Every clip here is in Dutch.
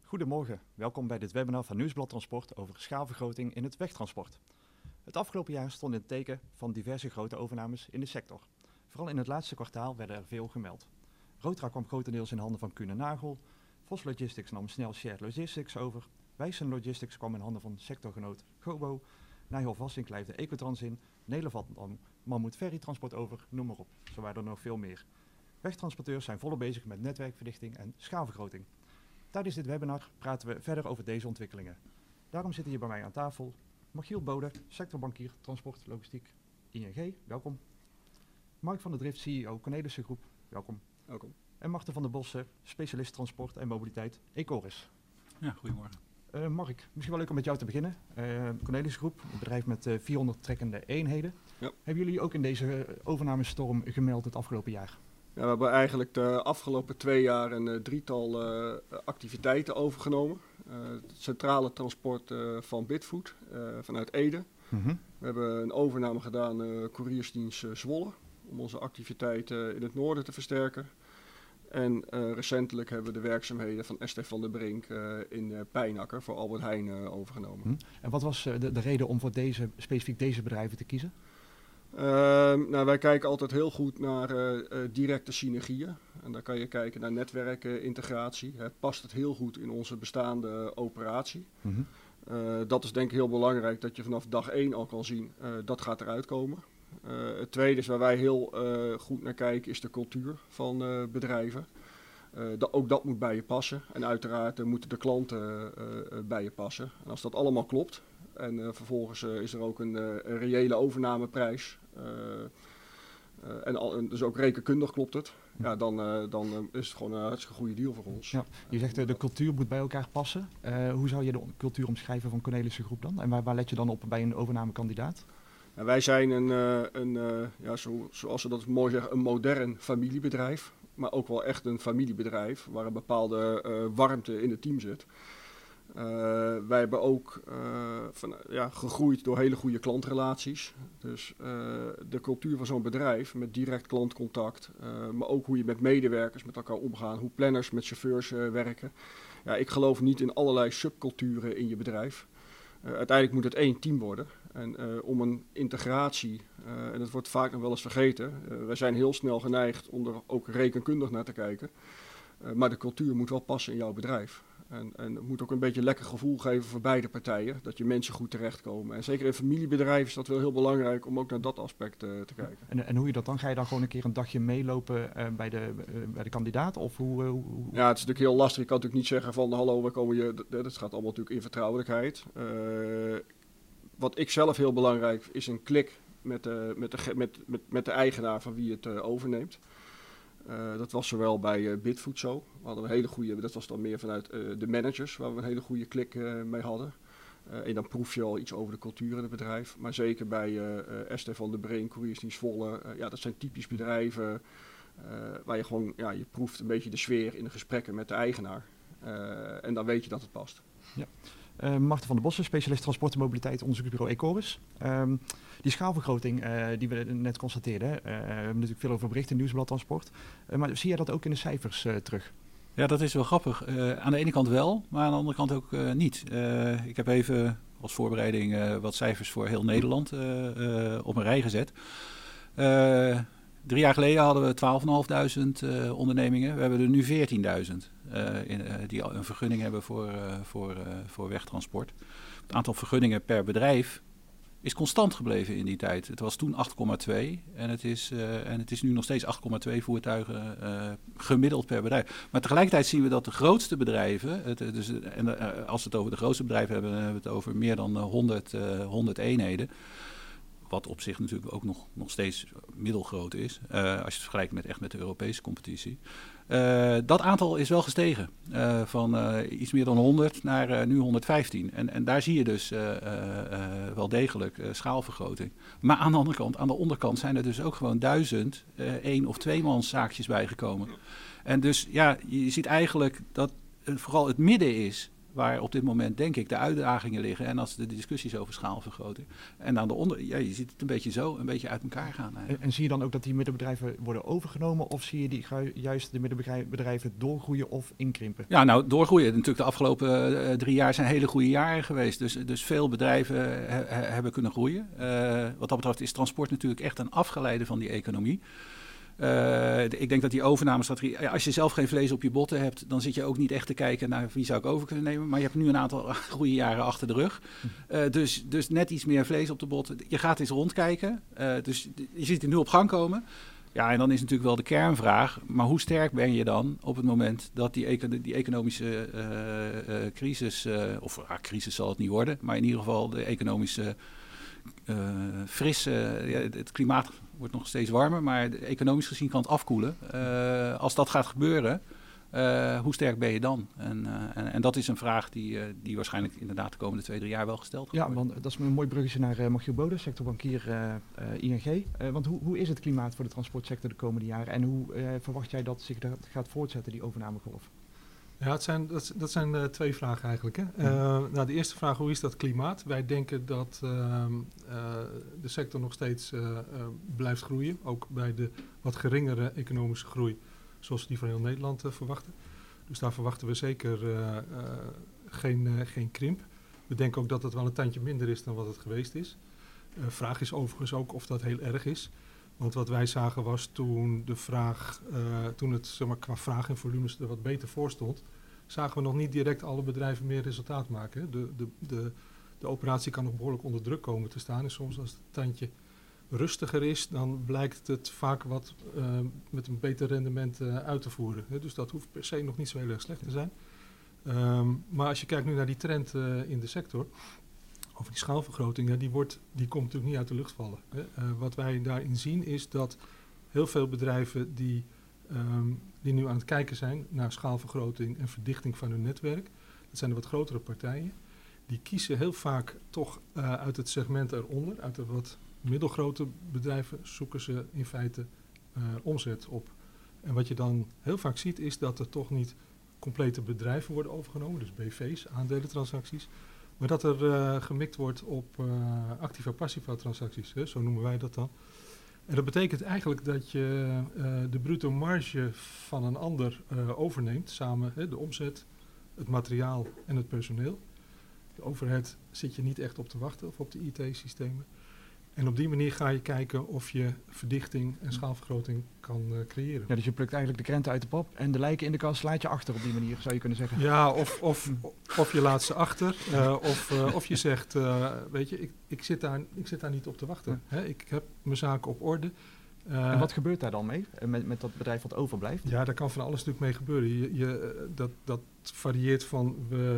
Goedemorgen, welkom bij dit webinar van Nieuwsblad Transport over schaalvergroting in het wegtransport. Het afgelopen jaar stond in het teken van diverse grote overnames in de sector. Vooral in het laatste kwartaal werden er veel gemeld. Rotra kwam grotendeels in handen van Kuehne Nagel, Vos Logistics nam snel Shared Logistics over, Wijssen Logistics kwam in handen van sectorgenoot Gobo, Nijhoff Wassink lijfde Ecotrans in, Nederland nam Mammoet Ferry Transport over, noem maar op. Zo waren er nog veel meer. Wegtransporteurs zijn volop bezig met netwerkverdichting en schaalvergroting. Tijdens dit webinar praten we verder over deze ontwikkelingen. Daarom zitten hier bij mij aan tafel Michiel Bode, sectorbankier Transport Logistiek ING, welkom. Mark van der Drift, CEO Cornelissen Groep, welkom. Welkom. En Marten van der Bossen, specialist transport en mobiliteit Ecoris. Ja, goedemorgen. Mark, misschien wel leuk om met jou te beginnen. Cornelissen Groep, een bedrijf met 400 trekkende eenheden. Ja. Hebben jullie ook in deze overnamestorm gemeld het afgelopen jaar? Ja, we hebben eigenlijk de afgelopen 2 jaar een drietal activiteiten overgenomen. Het centrale transport van Bitfood vanuit Ede. Mm-hmm. We hebben een overname gedaan, couriersdienst Zwolle, om onze activiteiten in het noorden te versterken. En recentelijk hebben we de werkzaamheden van Esther van der Brink in Pijnacker voor Albert Heijn overgenomen. Mm-hmm. En wat was de reden om voor specifiek deze bedrijven te kiezen? Wij kijken altijd heel goed naar directe synergieën. En dan kan je kijken naar netwerkintegratie. Past het heel goed in onze bestaande operatie? Mm-hmm. Dat is denk ik heel belangrijk, dat je vanaf dag 1 al kan zien, dat gaat eruit komen. Het tweede is waar wij heel goed naar kijken, is de cultuur van bedrijven. Ook dat moet bij je passen. En uiteraard moeten de klanten bij je passen. En als dat allemaal klopt, en vervolgens is er ook een reële overnameprijs. Dus ook rekenkundig klopt het. Ja, dan is het gewoon een hartstikke goede deal voor ons. Ja, je zegt de cultuur moet bij elkaar passen. Hoe zou je de cultuur omschrijven van Cornelissen Groep dan? En waar let je dan op bij een overnamekandidaat? En wij zijn zoals ze dat mooi zeggen, een modern familiebedrijf. Maar ook wel echt een familiebedrijf waar een bepaalde warmte in het team zit. Wij hebben ook gegroeid door hele goede klantrelaties. Dus de cultuur van zo'n bedrijf met direct klantcontact, maar ook hoe je met medewerkers met elkaar omgaan, hoe planners met chauffeurs werken. Ja, ik geloof niet in allerlei subculturen in je bedrijf. Uiteindelijk moet het 1 team worden. En om een integratie, en dat wordt vaak nog wel eens vergeten, wij zijn heel snel geneigd om er ook rekenkundig naar te kijken. Maar de cultuur moet wel passen in jouw bedrijf. En het moet ook een beetje een lekker gevoel geven voor beide partijen, dat je mensen goed terechtkomen. En zeker in familiebedrijven is dat wel heel belangrijk om ook naar dat aspect te kijken. En hoe je dat dan? Ga je dan gewoon een keer een dagje meelopen bij de kandidaat? Of hoe? Ja, het is natuurlijk heel lastig. Je kan natuurlijk niet zeggen van hallo, we komen je. Dat gaat allemaal natuurlijk in vertrouwelijkheid. Wat ik zelf heel belangrijk is een klik met de eigenaar van wie het overneemt. Dat was zowel bij Bitfood zo. We hadden een hele goede, dat was dan meer vanuit de managers, waar we een hele goede klik mee hadden. En dan proef je al iets over de cultuur in het bedrijf. Maar zeker bij Esther van der Brink, Couriersdienst Zwolle, dat zijn typisch bedrijven waar je gewoon, je proeft een beetje de sfeer in de gesprekken met de eigenaar. En dan weet je dat het past. Ja. Marten van der Bossen, specialist transport en mobiliteit, onderzoeksbureau Ecoris. Die schaalvergroting die we net constateerden, we hebben natuurlijk veel over berichten in Nieuwsblad Transport. Maar zie jij dat ook in de cijfers terug? Ja, dat is wel grappig. Aan de ene kant wel, maar aan de andere kant ook niet. Ik heb even als voorbereiding wat cijfers voor heel Nederland op een rij gezet. 3 jaar geleden hadden we 12.500 ondernemingen. We hebben er nu 14.000 die een vergunning hebben voor wegtransport. Het aantal vergunningen per bedrijf is constant gebleven in die tijd. Het was toen 8,2 en het is nu nog steeds 8,2 voertuigen gemiddeld per bedrijf. Maar tegelijkertijd zien we dat de grootste bedrijven, als we het over de grootste bedrijven hebben, dan hebben we het over meer dan 100 eenheden. Wat op zich natuurlijk ook nog steeds middelgroot is, als je het vergelijkt met de Europese competitie. Dat aantal is wel gestegen, van iets meer dan 100 naar nu 115. En daar zie je dus wel degelijk schaalvergroting. Maar aan de andere kant, aan de onderkant zijn er dus ook gewoon 1000 1- of 2-manszaakjes bijgekomen. En dus ja, je ziet eigenlijk dat vooral het midden is waar op dit moment, denk ik, de uitdagingen liggen. En als de discussies over schaalvergroting. En aan de je ziet het een beetje uit elkaar gaan. En zie je dan ook dat die middenbedrijven worden overgenomen? Of zie je juist de middenbedrijven doorgroeien of inkrimpen? Ja, nou, doorgroeien. Natuurlijk de afgelopen 3 jaar zijn hele goede jaren geweest. Dus veel bedrijven hebben kunnen groeien. Wat dat betreft is transport natuurlijk echt een afgeleide van die economie. Ik denk dat die overnamestrategie... Als je zelf geen vlees op je botten hebt, dan zit je ook niet echt te kijken naar wie zou ik over kunnen nemen. Maar je hebt nu een aantal goede jaren achter de rug. Dus net iets meer vlees op de botten. Je gaat eens rondkijken. Dus je ziet het nu op gang komen. Ja, en dan is natuurlijk wel de kernvraag. Maar hoe sterk ben je dan op het moment dat die economische crisis... crisis zal het niet worden, maar in ieder geval de economische... het klimaat wordt nog steeds warmer, maar economisch gezien kan het afkoelen. Als dat gaat gebeuren, hoe sterk ben je dan? En dat is een vraag die waarschijnlijk inderdaad de komende 2-3 jaar wel gesteld gaat worden. Ja, want dat is een mooi bruggetje naar Michiel Bode, sectorbankier ING. Want hoe is het klimaat voor de transportsector de komende jaren? En hoe verwacht jij dat zich gaat voortzetten, die overnamegolf? Ja, dat zijn 2 vragen eigenlijk. Hè. Nou, de eerste vraag, hoe is dat klimaat? Wij denken dat de sector nog steeds blijft groeien. Ook bij de wat geringere economische groei, zoals we die van heel Nederland verwachten. Dus daar verwachten we zeker geen krimp. We denken ook dat het wel een tandje minder is dan wat het geweest is. Vraag is overigens ook of dat heel erg is. Want wat wij zagen was toen toen het zeg maar, qua vraag en volumes er wat beter voor stond, zagen we nog niet direct alle bedrijven meer resultaat maken. De operatie kan nog behoorlijk onder druk komen te staan. En soms als het tandje rustiger is, dan blijkt het vaak wat met een beter rendement uit te voeren. Dus dat hoeft per se nog niet zo heel erg slecht te zijn. Maar als je kijkt nu naar die trend in de sector, over die schaalvergroting, die komt natuurlijk niet uit de lucht vallen. Wat wij daarin zien is dat heel veel bedrijven die nu aan het kijken zijn naar schaalvergroting en verdichting van hun netwerk, dat zijn de wat grotere partijen, die kiezen heel vaak toch uit het segment eronder, uit de wat middelgrote bedrijven, zoeken ze in feite omzet op. En wat je dan heel vaak ziet is dat er toch niet complete bedrijven worden overgenomen, dus BV's, aandelentransacties, maar dat er gemikt wordt op activa-passiva transacties, zo noemen wij dat dan. En dat betekent eigenlijk dat je de bruto marge van een ander overneemt, samen de omzet, het materiaal en het personeel. De overhead zit je niet echt op te wachten of op de IT-systemen. En op die manier ga je kijken of je verdichting en schaalvergroting kan creëren. Ja, dus je plukt eigenlijk de krenten uit de pap en de lijken in de kast laat je achter op die manier, zou je kunnen zeggen. Ja, of je laat ze achter, of je zegt, weet je, ik zit daar niet op te wachten. Ja. Hè? Ik heb mijn zaken op orde. En wat gebeurt daar dan mee, met dat bedrijf wat overblijft? Ja, daar kan van alles natuurlijk mee gebeuren. Dat varieert van,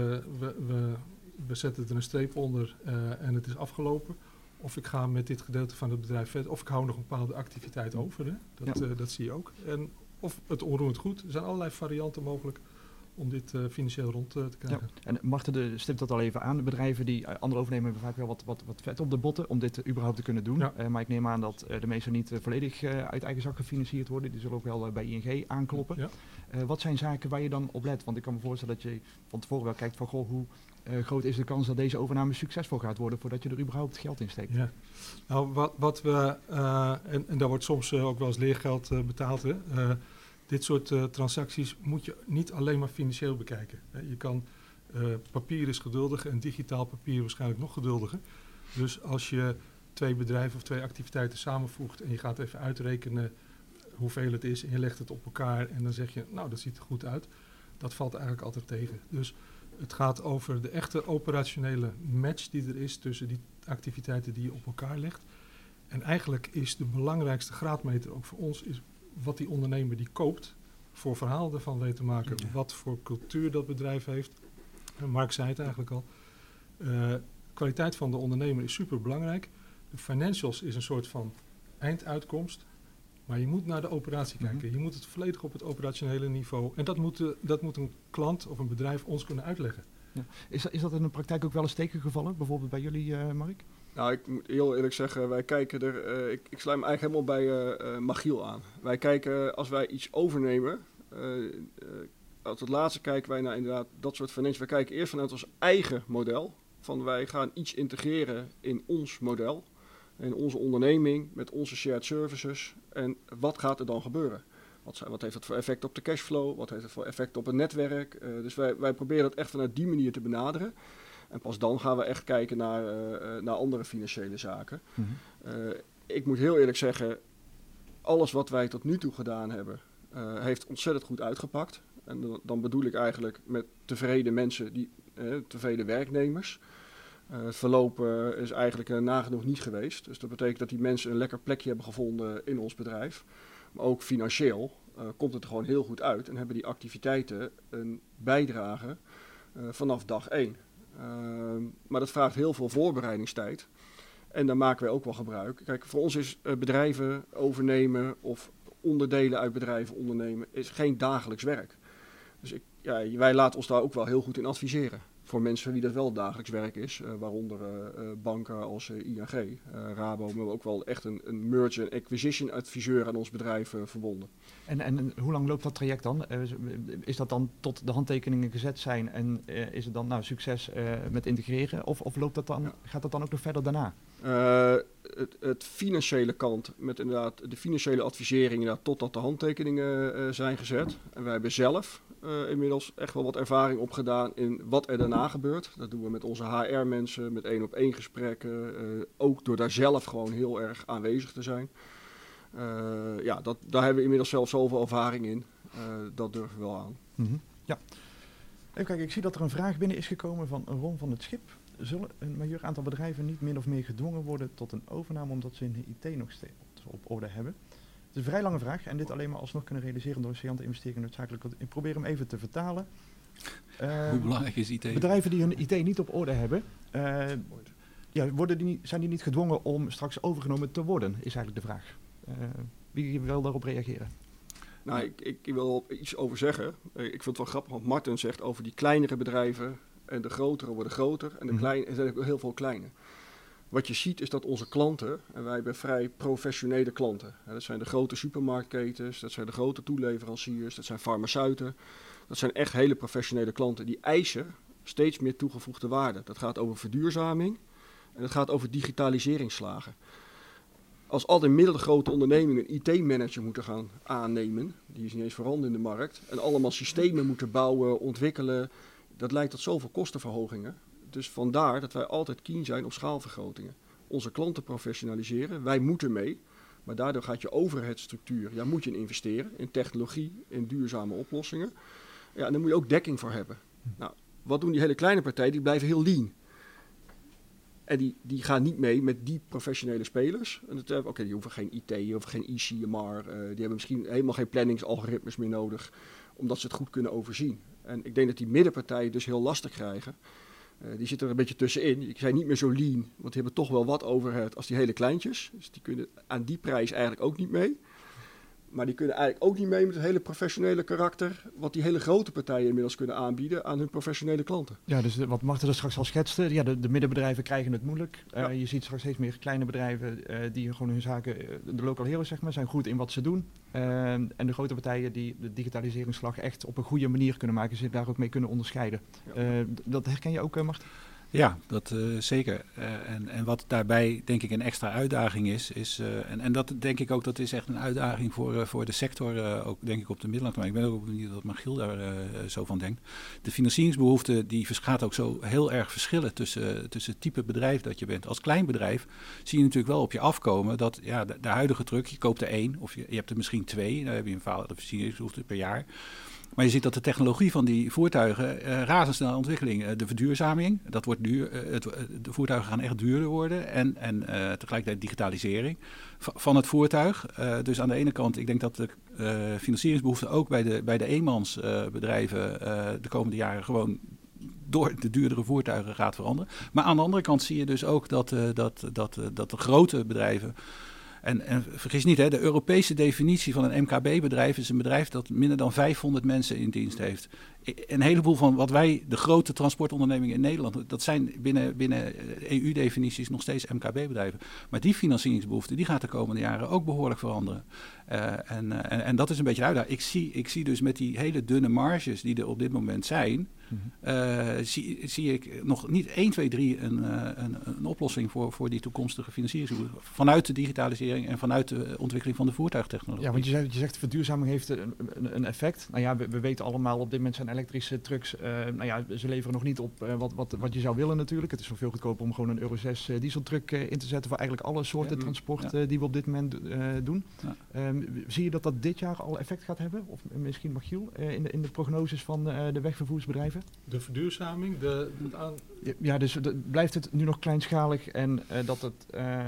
we zetten er een streep onder en het is afgelopen. Of ik ga met dit gedeelte van het bedrijf verder. Of ik hou nog een bepaalde activiteit over. Hè? Dat zie je ook. Of het onroerend goed. Er zijn allerlei varianten mogelijk om dit financieel rond te krijgen. Ja. En Marten stipt dat al even aan. De bedrijven die andere overnemen hebben vaak wel wat vet op de botten om dit überhaupt te kunnen doen. Ja. Maar ik neem aan dat de meeste niet volledig uit eigen zak gefinancierd worden. Die zullen ook wel bij ING aankloppen. Ja. Wat zijn zaken waar je dan op let? Want ik kan me voorstellen dat je van tevoren wel kijkt van hoe groot is de kans dat deze overname succesvol gaat worden voordat je er überhaupt geld in steekt. Ja. Nou, wat we, en daar wordt soms ook wel eens leergeld betaald. Hè? Dit soort transacties moet je niet alleen maar financieel bekijken. Je kan, papier is geduldig en digitaal papier waarschijnlijk nog geduldiger. Dus als je 2 bedrijven of 2 activiteiten samenvoegt en je gaat even uitrekenen hoeveel het is en je legt het op elkaar en dan zeg je, nou dat ziet er goed uit. Dat valt eigenlijk altijd tegen. Dus het gaat over de echte operationele match die er is tussen die activiteiten die je op elkaar legt. En eigenlijk is de belangrijkste graadmeter ook voor ons is wat die ondernemer die koopt voor verhaal ervan weet te maken. Ja. Wat voor cultuur dat bedrijf heeft. Mark zei het eigenlijk al. Kwaliteit van de ondernemer is super belangrijk. De financials is een soort van einduitkomst. Maar je moet naar de operatie kijken. Je moet het volledig op het operationele niveau. En dat moet een klant of een bedrijf ons kunnen uitleggen. Ja. Is dat in de praktijk ook wel eens tegengevallen? Bijvoorbeeld bij jullie, Mark? Nou, ik moet heel eerlijk zeggen, wij kijken er... ik sluit me eigenlijk helemaal bij Michiel aan. Wij kijken, als wij iets overnemen... als het laatste kijken wij naar inderdaad dat soort financiën. Wij kijken eerst vanuit ons eigen model. Van wij gaan iets integreren in ons model. In onze onderneming, met onze shared services. En wat gaat er dan gebeuren? Wat heeft dat voor effect op de cashflow? Wat heeft het voor effect op het netwerk? Dus wij proberen dat echt vanuit die manier te benaderen. En pas dan gaan we echt kijken naar andere financiële zaken. Mm-hmm. Ik moet heel eerlijk zeggen, alles wat wij tot nu toe gedaan hebben, heeft ontzettend goed uitgepakt. En dan bedoel ik eigenlijk met tevreden mensen, tevreden werknemers. Het verloop is eigenlijk nagenoeg niet geweest. Dus dat betekent dat die mensen een lekker plekje hebben gevonden in ons bedrijf. Maar ook financieel komt het er gewoon heel goed uit. En hebben die activiteiten een bijdrage vanaf dag 1. Maar dat vraagt heel veel voorbereidingstijd. En daar maken wij ook wel gebruik. Kijk, voor ons is bedrijven overnemen of onderdelen uit bedrijven ondernemen is geen dagelijks werk. Dus wij laten ons daar ook wel heel goed in adviseren. Voor mensen voor wie dat wel dagelijks werk is, waaronder banken als ING, Rabo, maar ook wel echt een merger and acquisition adviseur aan ons bedrijf verbonden. En hoe lang loopt dat traject dan? Is dat dan tot de handtekeningen gezet zijn en is het dan succes met integreren? Of loopt dat dan, gaat dat dan ook nog verder daarna? Het financiële kant, met inderdaad de financiële advisering totdat de handtekeningen zijn gezet. En wij hebben zelf inmiddels echt wel wat ervaring opgedaan in wat er daarna gebeurt. Dat doen we met onze HR-mensen, met 1-op-1 gesprekken. Ook door daar zelf gewoon heel erg aanwezig te zijn. Daar hebben we inmiddels zelf zoveel ervaring in. Dat durven we wel aan. Mm-hmm. Ja. Even kijken, ik zie dat er een vraag binnen is gekomen van Ron van het Schip. Zullen een majeur aantal bedrijven niet min of meer gedwongen worden tot een overname omdat ze hun IT nog steeds op orde hebben? Het is een vrij lange vraag en dit alleen maar alsnog kunnen realiseren door saillante investeringen noodzakelijk. Ik probeer hem even te vertalen. Hoe belangrijk is IT? Bedrijven die hun IT niet op orde hebben, zijn die niet gedwongen om straks overgenomen te worden, is eigenlijk de vraag. Wie wil daarop reageren? Nou, ik wil er iets over zeggen. Ik vind het wel grappig wat Martin zegt over die kleinere bedrijven. En de grotere worden groter en er zijn ook heel veel kleine. Wat je ziet is dat onze klanten, en wij hebben vrij professionele klanten. Dat zijn de grote supermarktketens, dat zijn de grote toeleveranciers, dat zijn farmaceuten. Dat zijn echt hele professionele klanten. Die eisen steeds meer toegevoegde waarde. Dat gaat over verduurzaming en dat gaat over digitaliseringsslagen. Als al die middelgrote ondernemingen een IT-manager moeten gaan aannemen, die is niet eens voorhanden in de markt, en allemaal systemen moeten bouwen, ontwikkelen, dat leidt tot zoveel kostenverhogingen. Dus vandaar dat wij altijd keen zijn op schaalvergrotingen. Onze klanten professionaliseren, wij moeten mee. Maar daardoor gaat je overheidsstructuur, moet je investeren in technologie, in duurzame oplossingen. Ja, en daar moet je ook dekking voor hebben. Nou, wat doen die hele kleine partijen? Die blijven heel lean. En die gaan niet mee met die professionele spelers. En die hoeven geen IT, die hoeven geen ECMR. Die hebben misschien helemaal geen planningsalgoritmes meer nodig, omdat ze het goed kunnen overzien. En ik denk dat die middenpartijen dus heel lastig krijgen. Die zitten er een beetje tussenin. Die zijn niet meer zo lean, want die hebben toch wel wat overhead als die hele kleintjes. Dus die kunnen aan die prijs eigenlijk ook niet mee. Maar die kunnen eigenlijk ook niet mee met het hele professionele karakter, wat die hele grote partijen inmiddels kunnen aanbieden aan hun professionele klanten. Ja, dus wat Marten er straks al schetste, de middenbedrijven krijgen het moeilijk. Je ziet straks steeds meer kleine bedrijven die gewoon hun zaken, de local heroes zeg maar, zijn goed in wat ze doen. En de grote partijen die de digitaliseringsslag echt op een goede manier kunnen maken, zich daar ook mee kunnen onderscheiden. Ja. Dat herken je ook, Marten? Ja, dat zeker. En wat daarbij denk ik een extra uitdaging is en dat denk ik ook, dat is echt een uitdaging voor de sector, ook denk ik op de middellange termijn. Ik ben ook benieuwd wat Magiel daar zo van denkt. De financieringsbehoefte die gaat ook zo heel erg verschillen tussen het type bedrijf dat je bent. Als klein bedrijf zie je natuurlijk wel op je afkomen dat de huidige truck, je koopt er 1 of je hebt er misschien 2, dan heb je een de financieringsbehoefte per jaar. Maar je ziet dat de technologie van die voertuigen razendsnel ontwikkeling. De verduurzaming, dat wordt duur. De voertuigen gaan echt duurder worden. En tegelijkertijd digitalisering van het voertuig. Dus aan de ene kant, ik denk dat de financieringsbehoefte ook bij de eenmansbedrijven de komende jaren gewoon door de duurdere voertuigen gaat veranderen. Maar aan de andere kant zie je dus ook dat de grote bedrijven. En vergis niet, de Europese definitie van een MKB-bedrijf is een bedrijf dat minder dan 500 mensen in dienst heeft. een heleboel van wat wij, de grote transportondernemingen in Nederland, dat zijn binnen EU-definities nog steeds MKB-bedrijven. Maar die financieringsbehoefte, die gaat de komende jaren ook behoorlijk veranderen. En dat is een beetje de uitdaging. Ik zie dus met die hele dunne marges die er op dit moment zijn, zie ik nog niet 1, 2, 3 een oplossing voor die toekomstige financieringsbehoefte. Vanuit de digitalisering en vanuit de ontwikkeling van de voertuigtechnologie. Ja, want je zegt verduurzaming heeft een effect. Nou ja, we weten allemaal op dit moment zijn elektrische trucks, ze leveren nog niet op wat je zou willen natuurlijk. Het is veel goedkoper om gewoon een Euro 6 dieseltruck in te zetten voor eigenlijk alle soorten transport die we op dit moment doen. Ja. Zie je dat dit jaar al effect gaat hebben? Of misschien Michiel, in de prognoses van de wegvervoersbedrijven? De verduurzaming, dus blijft het nu nog kleinschalig en dat het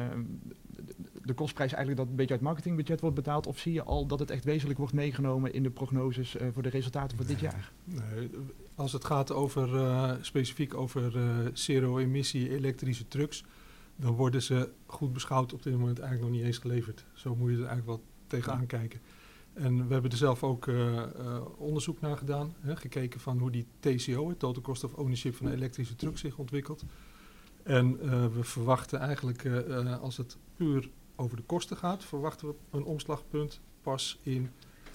de kostprijs eigenlijk dat een beetje uit het marketingbudget wordt betaald? Of zie je al dat het echt wezenlijk wordt meegenomen in de prognoses voor de resultaten voor dit jaar? Nee, als het gaat specifiek over zero-emissie elektrische trucks, dan worden ze goed beschouwd op dit moment eigenlijk nog niet eens geleverd. Zo moet je er eigenlijk wel tegenaan kijken. En we hebben er zelf ook onderzoek naar gedaan. Gekeken van hoe die TCO, het Total Cost of Ownership van een elektrische truck, zich ontwikkelt. En we verwachten eigenlijk, als het puur over de kosten gaat, verwachten we een omslagpunt pas in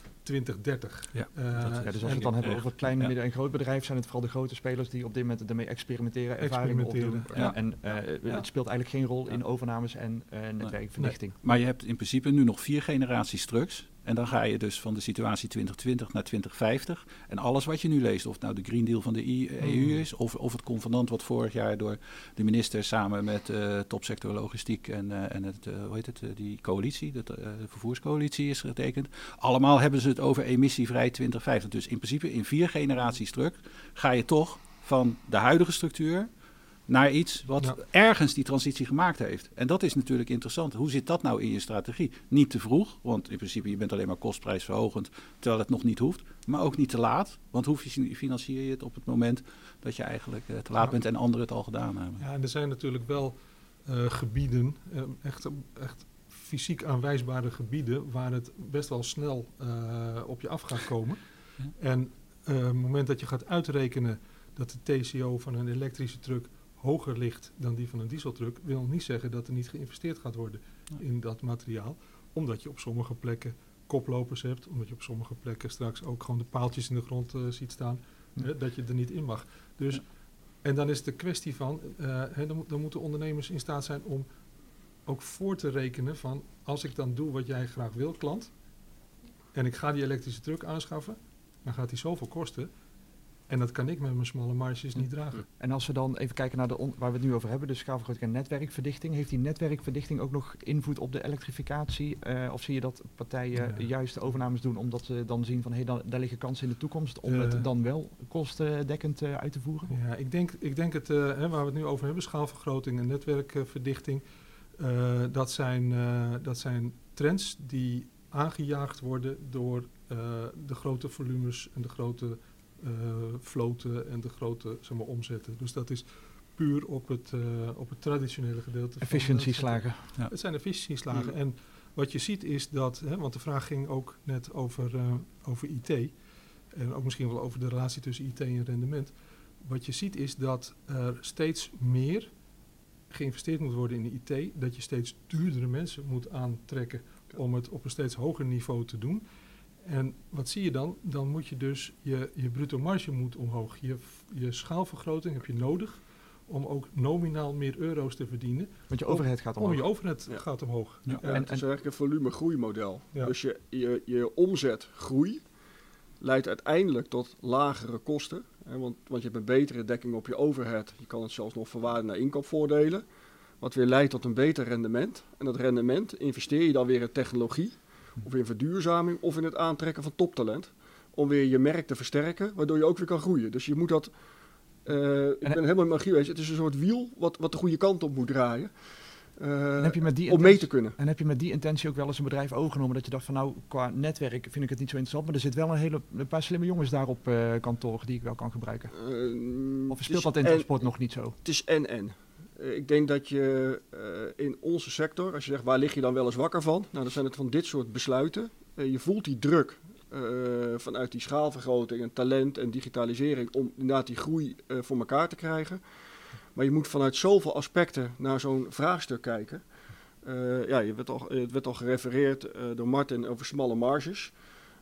2030. Ja. Dus als we het dan hebben over klein, midden- en groot bedrijf, zijn het vooral de grote spelers die op dit moment ermee experimenteren, ervaringen opdoen. Ja. Het speelt eigenlijk geen rol in overnames en netwerkverlichting. Nee. Maar je hebt in principe nu nog 4 generaties trucks. En dan ga je dus van de situatie 2020 naar 2050. En alles wat je nu leest, of het nou de Green Deal van de EU is, of het convenant wat vorig jaar door de minister samen met topsector logistiek en die coalitie, de vervoerscoalitie is getekend. Allemaal hebben ze het over emissievrij 2050. Dus in principe in 4 generaties truck ga je toch van de huidige structuur naar iets wat ergens die transitie gemaakt heeft. En dat is natuurlijk interessant. Hoe zit dat nou in je strategie? Niet te vroeg, want in principe je bent alleen maar kostprijsverhogend, terwijl het nog niet hoeft. Maar ook niet te laat, want hoe financier je het op het moment dat je eigenlijk te laat bent en anderen het al gedaan hebben? Ja, en er zijn natuurlijk wel gebieden, echt fysiek aanwijsbare gebieden, waar het best wel snel op je af gaat komen. Ja. En op het moment dat je gaat uitrekenen dat de TCO van een elektrische truck hoger ligt dan die van een dieseltruck, wil niet zeggen dat er niet geïnvesteerd gaat worden in dat materiaal. Omdat je op sommige plekken koplopers hebt, omdat je op sommige plekken straks ook gewoon de paaltjes in de grond ziet staan, dat je er niet in mag. Dus, en dan is het de kwestie van, dan moeten ondernemers in staat zijn om ook voor te rekenen van, als ik dan doe wat jij graag wil, klant, en ik ga die elektrische truck aanschaffen, dan gaat die zoveel kosten. En dat kan ik met mijn smalle marges niet dragen. En als we dan even kijken naar waar we het nu over hebben, de schaalvergroting en netwerkverdichting. Heeft die netwerkverdichting ook nog invloed op de elektrificatie? Of zie je dat partijen juist de overnames doen omdat ze dan zien van daar liggen kansen in de toekomst om het dan wel kostendekkend uit te voeren? Ja, ik denk het, waar we het nu over hebben, schaalvergroting en netwerkverdichting, dat zijn trends die aangejaagd worden door de grote volumes en de grote vloten en de grote omzetten. Dus dat is puur op het traditionele gedeelte. Efficiëntieslagen. Het zijn efficiëntieslagen. En wat je ziet is dat, want de vraag ging ook net over IT en ook misschien wel over de relatie tussen IT en rendement. Wat je ziet is dat er steeds meer geïnvesteerd moet worden in de IT, dat je steeds duurdere mensen moet aantrekken om het op een steeds hoger niveau te doen. En wat zie je dan? Dan moet je dus je bruto marge moet omhoog. Je schaalvergroting heb je nodig om ook nominaal meer euro's te verdienen. Want je overhead gaat omhoog. Je overhead gaat omhoog. Ja. En het is eigenlijk een volumegroeimodel. Ja. Dus je omzetgroei leidt uiteindelijk tot lagere kosten. Want je hebt een betere dekking op je overhead. Je kan het zelfs nog verwaarden naar inkoopvoordelen. Wat weer leidt tot een beter rendement. En dat rendement investeer je dan weer in technologie, of in verduurzaming, of in het aantrekken van toptalent. Om weer je merk te versterken, waardoor je ook weer kan groeien. Dus je moet dat, ik ben helemaal met magie bezig. Het is een soort wiel wat de goede kant op moet draaien. Om mee te kunnen. En heb je met die intentie ook wel eens een bedrijf overgenomen dat je dacht van nou, qua netwerk vind ik het niet zo interessant, maar er zit wel een paar slimme jongens daar op kantoor die ik wel kan gebruiken? Of speelt dat in transport nog niet zo? Het is en. Ik denk dat je in onze sector, als je zegt waar lig je dan wel eens wakker van? Nou, dan zijn het van dit soort besluiten. Je voelt die druk vanuit die schaalvergroting en talent en digitalisering om inderdaad die groei voor elkaar te krijgen. Maar je moet vanuit zoveel aspecten naar zo'n vraagstuk kijken. Het werd al gerefereerd door Martin over smalle marges.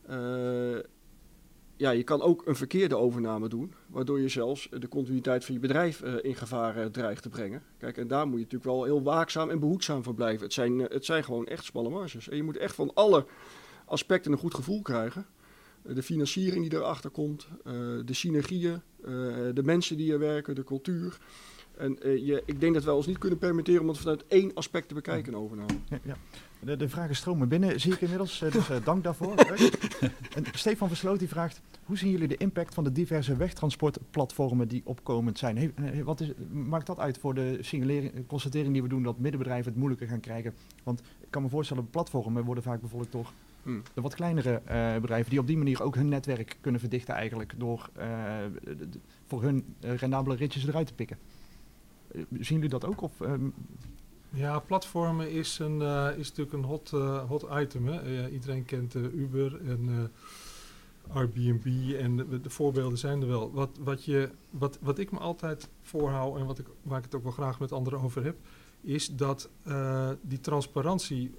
Je kan ook een verkeerde overname doen, waardoor je zelfs de continuïteit van je bedrijf in gevaar dreigt te brengen. Kijk, en daar moet je natuurlijk wel heel waakzaam en behoedzaam voor blijven. Het zijn gewoon echt smalle marges. En je moet echt van alle aspecten een goed gevoel krijgen. De financiering die erachter komt, de synergieën, de mensen die er werken, de cultuur. En ik denk dat wij ons niet kunnen permitteren om het vanuit één aspect te bekijken, een overname. Ja. De vragen stromen binnen, zie ik inmiddels. Dus dank daarvoor. En Stefan Versloot die vraagt, hoe zien jullie de impact van de diverse wegtransportplatformen die opkomend zijn? Maakt dat uit voor de constatering die we doen dat middenbedrijven het moeilijker gaan krijgen? Want ik kan me voorstellen, platformen worden vaak bevolkt door de wat kleinere bedrijven die op die manier ook hun netwerk kunnen verdichten eigenlijk door voor hun rendabele ritjes eruit te pikken. Zien jullie dat ook? Ja, platformen is natuurlijk een hot item. Hè? Iedereen kent Uber en Airbnb en de voorbeelden zijn er wel. Wat ik me altijd voorhoud en waar ik het ook wel graag met anderen over heb, is dat die transparantie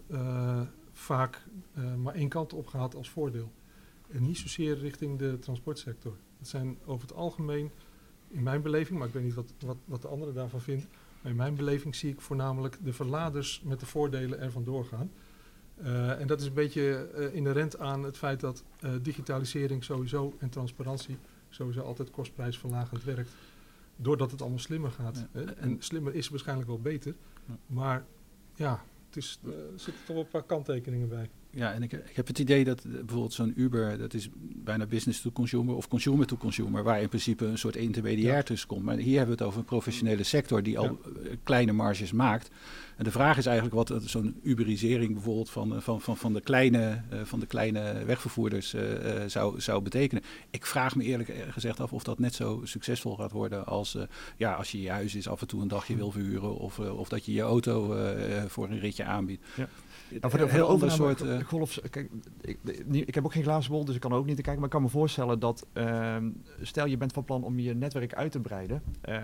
vaak maar één kant op gaat als voordeel. En niet zozeer richting de transportsector. Het zijn over het algemeen, in mijn beleving, maar ik weet niet wat de anderen daarvan vinden. Maar in mijn beleving zie ik voornamelijk de verladers met de voordelen ervan doorgaan. En dat is een beetje inherent aan het feit dat digitalisering sowieso en transparantie sowieso altijd kostprijsverlagend werkt. Doordat het allemaal slimmer gaat. Ja. En slimmer is waarschijnlijk wel beter. Ja. Maar ja, er zitten toch wel een paar kanttekeningen bij. Ja, en ik heb het idee dat bijvoorbeeld zo'n Uber, dat is bijna business to consumer of consumer to consumer, waar in principe een soort intermediair tussen komt. Maar hier hebben we het over een professionele sector die al kleine marges maakt. En de vraag is eigenlijk wat zo'n Uberisering bijvoorbeeld van de kleine wegvervoerders zou betekenen. Ik vraag me eerlijk gezegd af of dat net zo succesvol gaat worden als als je huis is af en toe een dagje wil verhuren of dat je je auto voor een ritje aanbiedt. Ja. Nou, voor de overname golf, kijk, ik heb ook geen glazen bol, dus ik kan er ook niet te kijken. Maar ik kan me voorstellen dat, stel je bent van plan om je netwerk uit te breiden.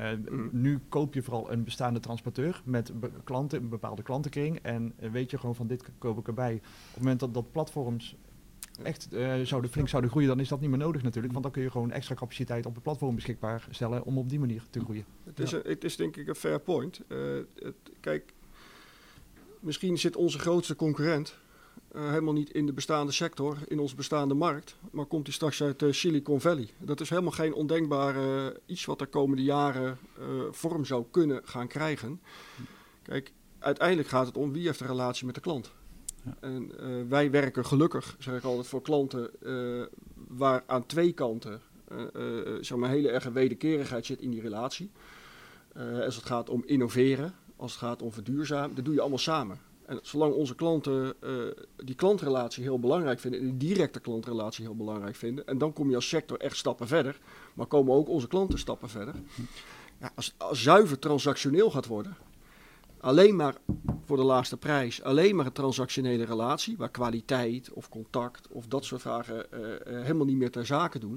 Nu koop je vooral een bestaande transporteur met klanten, een bepaalde klantenkring. En weet je gewoon van dit koop ik erbij. Op het moment dat platforms echt flink zouden groeien, dan is dat niet meer nodig natuurlijk. Want dan kun je gewoon extra capaciteit op het platform beschikbaar stellen om op die manier te groeien. Het is denk ik een fair point. Kijk, misschien zit onze grootste concurrent helemaal niet in de bestaande sector, in onze bestaande markt, maar komt hij straks uit Silicon Valley. Dat is helemaal geen ondenkbare iets wat de komende jaren vorm zou kunnen gaan krijgen. Kijk, uiteindelijk gaat het om wie heeft een relatie met de klant. Ja. En wij werken gelukkig, zeg ik altijd, voor klanten waar aan twee kanten een hele erge wederkerigheid zit in die relatie. Als het gaat om innoveren, als het gaat om verduurzamen, dat doe je allemaal samen. En zolang onze klanten die klantrelatie heel belangrijk vinden, en die directe klantrelatie heel belangrijk vinden, en dan kom je als sector echt stappen verder, maar komen ook onze klanten stappen verder. Ja, als zuiver transactioneel gaat worden, alleen maar voor de laagste prijs, alleen maar een transactionele relatie, waar kwaliteit of contact of dat soort vragen helemaal niet meer ter zake doen.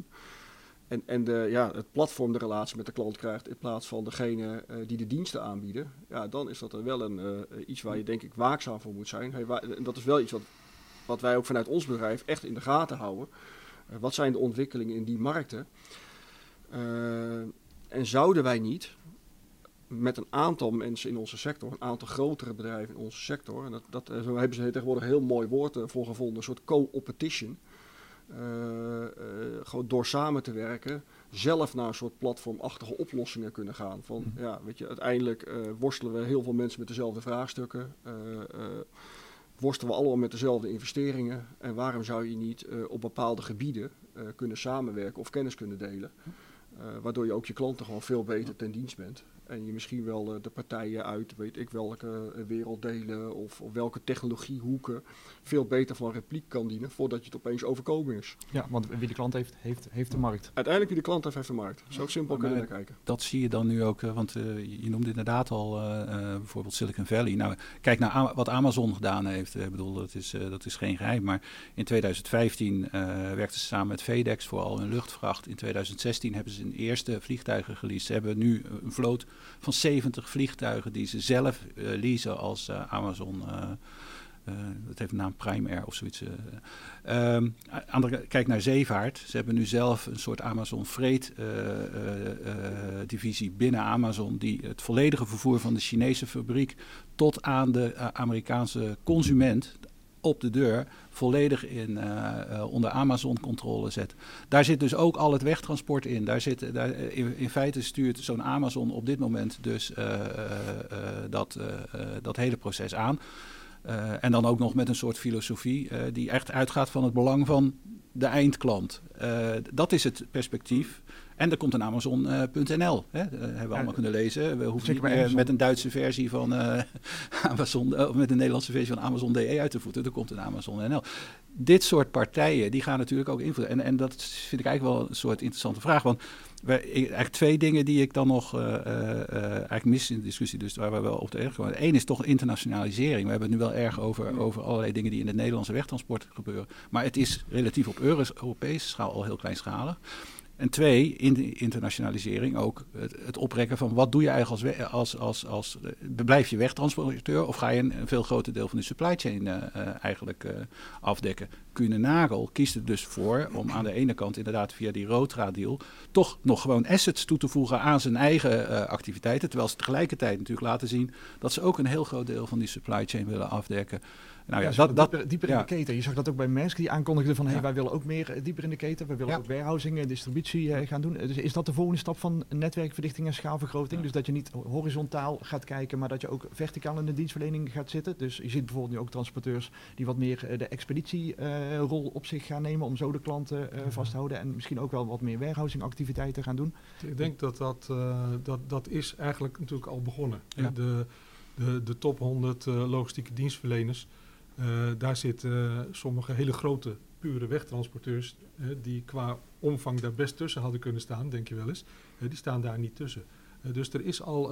En het platform de relatie met de klant krijgt in plaats van degene die de diensten aanbieden. Ja, dan is dat er wel iets waar je denk ik waakzaam voor moet zijn. En dat is wel iets wat wij ook vanuit ons bedrijf echt in de gaten houden. Wat zijn de ontwikkelingen in die markten? En zouden wij niet met een aantal mensen in onze sector, een aantal grotere bedrijven in onze sector, en zo hebben ze tegenwoordig een heel mooi woord voor gevonden, een soort co-opetition. Gewoon door samen te werken, zelf naar een soort platformachtige oplossingen kunnen gaan. Uiteindelijk worstelen we heel veel mensen met dezelfde vraagstukken. Worstelen we allemaal met dezelfde investeringen. En waarom zou je niet op bepaalde gebieden kunnen samenwerken of kennis kunnen delen? Waardoor je ook je klanten gewoon veel beter ten dienst bent. En je misschien wel de partijen uit, weet ik welke werelddelen of welke technologiehoeken veel beter van repliek kan dienen voordat je het opeens overkomen is. Ja, want wie de klant heeft de markt. Uiteindelijk wie de klant heeft de markt. Zo simpel kunnen we naar kijken. Dat zie je dan nu ook, want je noemde inderdaad al bijvoorbeeld Silicon Valley. Nou, kijk naar wat Amazon gedaan heeft. Ik bedoel, dat is geen geheim. Maar in 2015 werkten ze samen met FedEx vooral in luchtvracht. In 2016 hebben ze hun eerste vliegtuigen geleased. Ze hebben nu een vloot van 70 vliegtuigen die ze zelf leasen als Amazon. Dat heeft de naam Prime Air of zoiets. Kijk naar zeevaart. Ze hebben nu zelf een soort Amazon Freight divisie binnen Amazon die het volledige vervoer van de Chinese fabriek tot aan de Amerikaanse consument op de deur volledig onder Amazon-controle zet. Daar zit dus ook al het wegtransport in. In feite stuurt zo'n Amazon op dit moment dus dat hele proces aan. En dan ook nog met een soort filosofie die echt uitgaat van het belang van de eindklant. Dat is het perspectief. En er komt een Amazon.nl. Hebben we allemaal kunnen lezen. We hoeven niet meer met een Duitse versie van Amazon, of met een Nederlandse versie van Amazon.de uit te voeten. Er komt een Amazon.nl. Dit soort partijen, die gaan natuurlijk ook invloeden. En dat vind ik eigenlijk wel een soort interessante vraag. Want eigenlijk twee dingen die ik dan nog eigenlijk mis in de discussie, dus waar we wel op de erg komen. Eén is toch internationalisering. We hebben het nu wel erg over allerlei dingen die in het Nederlandse wegtransport gebeuren. Maar het is relatief op Europese schaal al heel kleinschalig. En twee, in de internationalisering ook het oprekken van wat doe je eigenlijk als blijf je wegtransporteur of ga je een veel groter deel van de supply chain afdekken. Kuehne+Nagel kiest er dus voor om aan de ene kant inderdaad via die Rotra deal toch nog gewoon assets toe te voegen aan zijn eigen activiteiten. Terwijl ze tegelijkertijd natuurlijk laten zien dat ze ook een heel groot deel van die supply chain willen afdekken. Nou ja, dieper in de keten. Je zag dat ook bij Maersk, die aankondigde van wij willen ook meer dieper in de keten. We willen ook warehousing en distributie gaan doen. Dus is dat de volgende stap van netwerkverdichting en schaalvergroting? Ja. Dus dat je niet horizontaal gaat kijken, maar dat je ook verticaal in de dienstverlening gaat zitten. Dus je ziet bijvoorbeeld nu ook transporteurs die wat meer de expeditierol op zich gaan nemen om zo de klanten vast te houden. En misschien ook wel wat meer warehousing activiteiten gaan doen. Ik denk dat is eigenlijk natuurlijk al begonnen. Ja. De top 100 logistieke dienstverleners. Daar zitten sommige hele grote, pure wegtransporteurs die qua omvang daar best tussen hadden kunnen staan, denk je wel eens. Die staan daar niet tussen. Dus er is al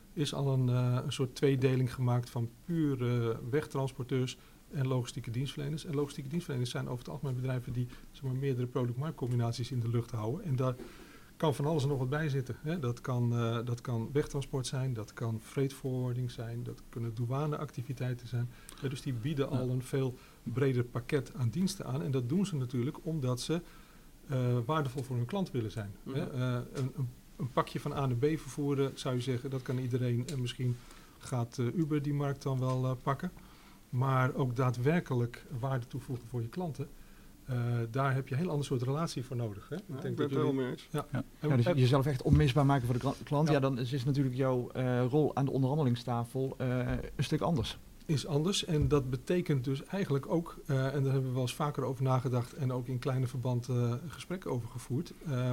een soort tweedeling gemaakt van pure wegtransporteurs en logistieke dienstverleners. En logistieke dienstverleners zijn over het algemeen bedrijven die meerdere product-marktcombinaties in de lucht houden. En daar kan van alles en nog wat bij zitten. Dat kan wegtransport zijn, dat kan freight forwarding zijn, dat kunnen douaneactiviteiten zijn. Dus die bieden al een veel breder pakket aan diensten aan. En dat doen ze natuurlijk omdat ze waardevol voor hun klant willen zijn. Mm-hmm. Een pakje van A naar B vervoeren, zou je zeggen, dat kan iedereen. En misschien gaat Uber die markt dan wel pakken. Maar ook daadwerkelijk waarde toevoegen voor je klanten. Daar heb je een heel ander soort relatie voor nodig. Hè? Ik denk dat het wel mee eens. Dus jezelf echt onmisbaar maken voor de klant. Ja, dan is natuurlijk jouw rol aan de onderhandelingstafel een stuk anders. Is anders en dat betekent dus eigenlijk ook, en daar hebben we wel eens vaker over nagedacht en ook in kleine verband gesprekken over gevoerd.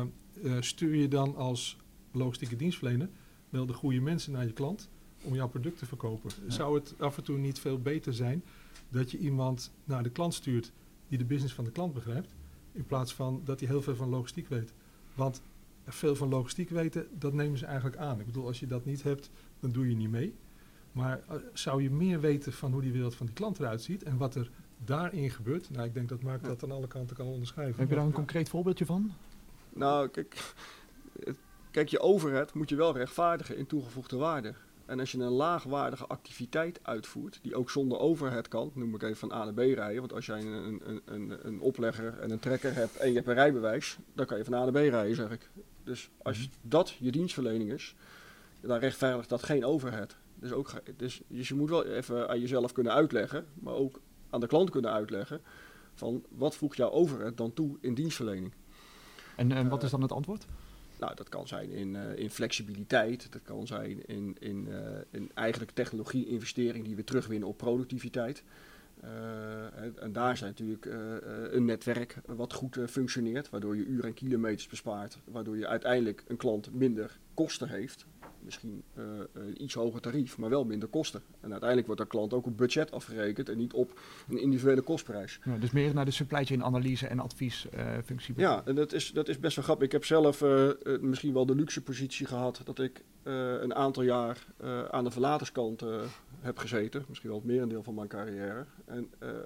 Stuur je dan als logistieke dienstverlener wel de goede mensen naar je klant om jouw product te verkopen? Ja. Zou het af en toe niet veel beter zijn dat je iemand naar de klant stuurt die de business van de klant begrijpt, in plaats van dat hij heel veel van logistiek weet? Want veel van logistiek weten, dat nemen ze eigenlijk aan. Ik bedoel, als je dat niet hebt, dan doe je niet mee. Maar zou je meer weten van hoe die wereld van die klant eruit ziet en wat er daarin gebeurt? Nou, ik denk dat Mark dat aan alle kanten kan onderschrijven. Heb je daar een concreet voorbeeldje van? Nou, kijk, je overhead moet je wel rechtvaardigen in toegevoegde waarde. En als je een laagwaardige activiteit uitvoert, die ook zonder overhead kan, noem ik even van A naar B rijden. Want als jij een oplegger en een trekker hebt en je hebt een rijbewijs, dan kan je van A naar B rijden, zeg ik. Dus als dat je dienstverlening is, dan rechtvaardigt dat geen overhead. Dus je moet wel even aan jezelf kunnen uitleggen, maar ook aan de klant kunnen uitleggen van wat voegt jouw overhead dan toe in dienstverlening. En wat is dan het antwoord? Nou, dat kan zijn in flexibiliteit, dat kan zijn in eigenlijk technologie-investering die we terugwinnen op productiviteit. En daar zijn natuurlijk een netwerk wat goed functioneert, waardoor je uren en kilometers bespaart, waardoor je uiteindelijk een klant minder kosten heeft. Misschien een iets hoger tarief, maar wel minder kosten. En uiteindelijk wordt de klant ook op budget afgerekend en niet op een individuele kostprijs. Ja, dus meer naar de supply chain analyse en adviesfunctie. Ja, en dat is best wel grappig. Ik heb zelf misschien wel de luxe positie gehad dat ik een aantal jaar aan de verlaterskant heb gezeten. Misschien wel het merendeel van mijn carrière. En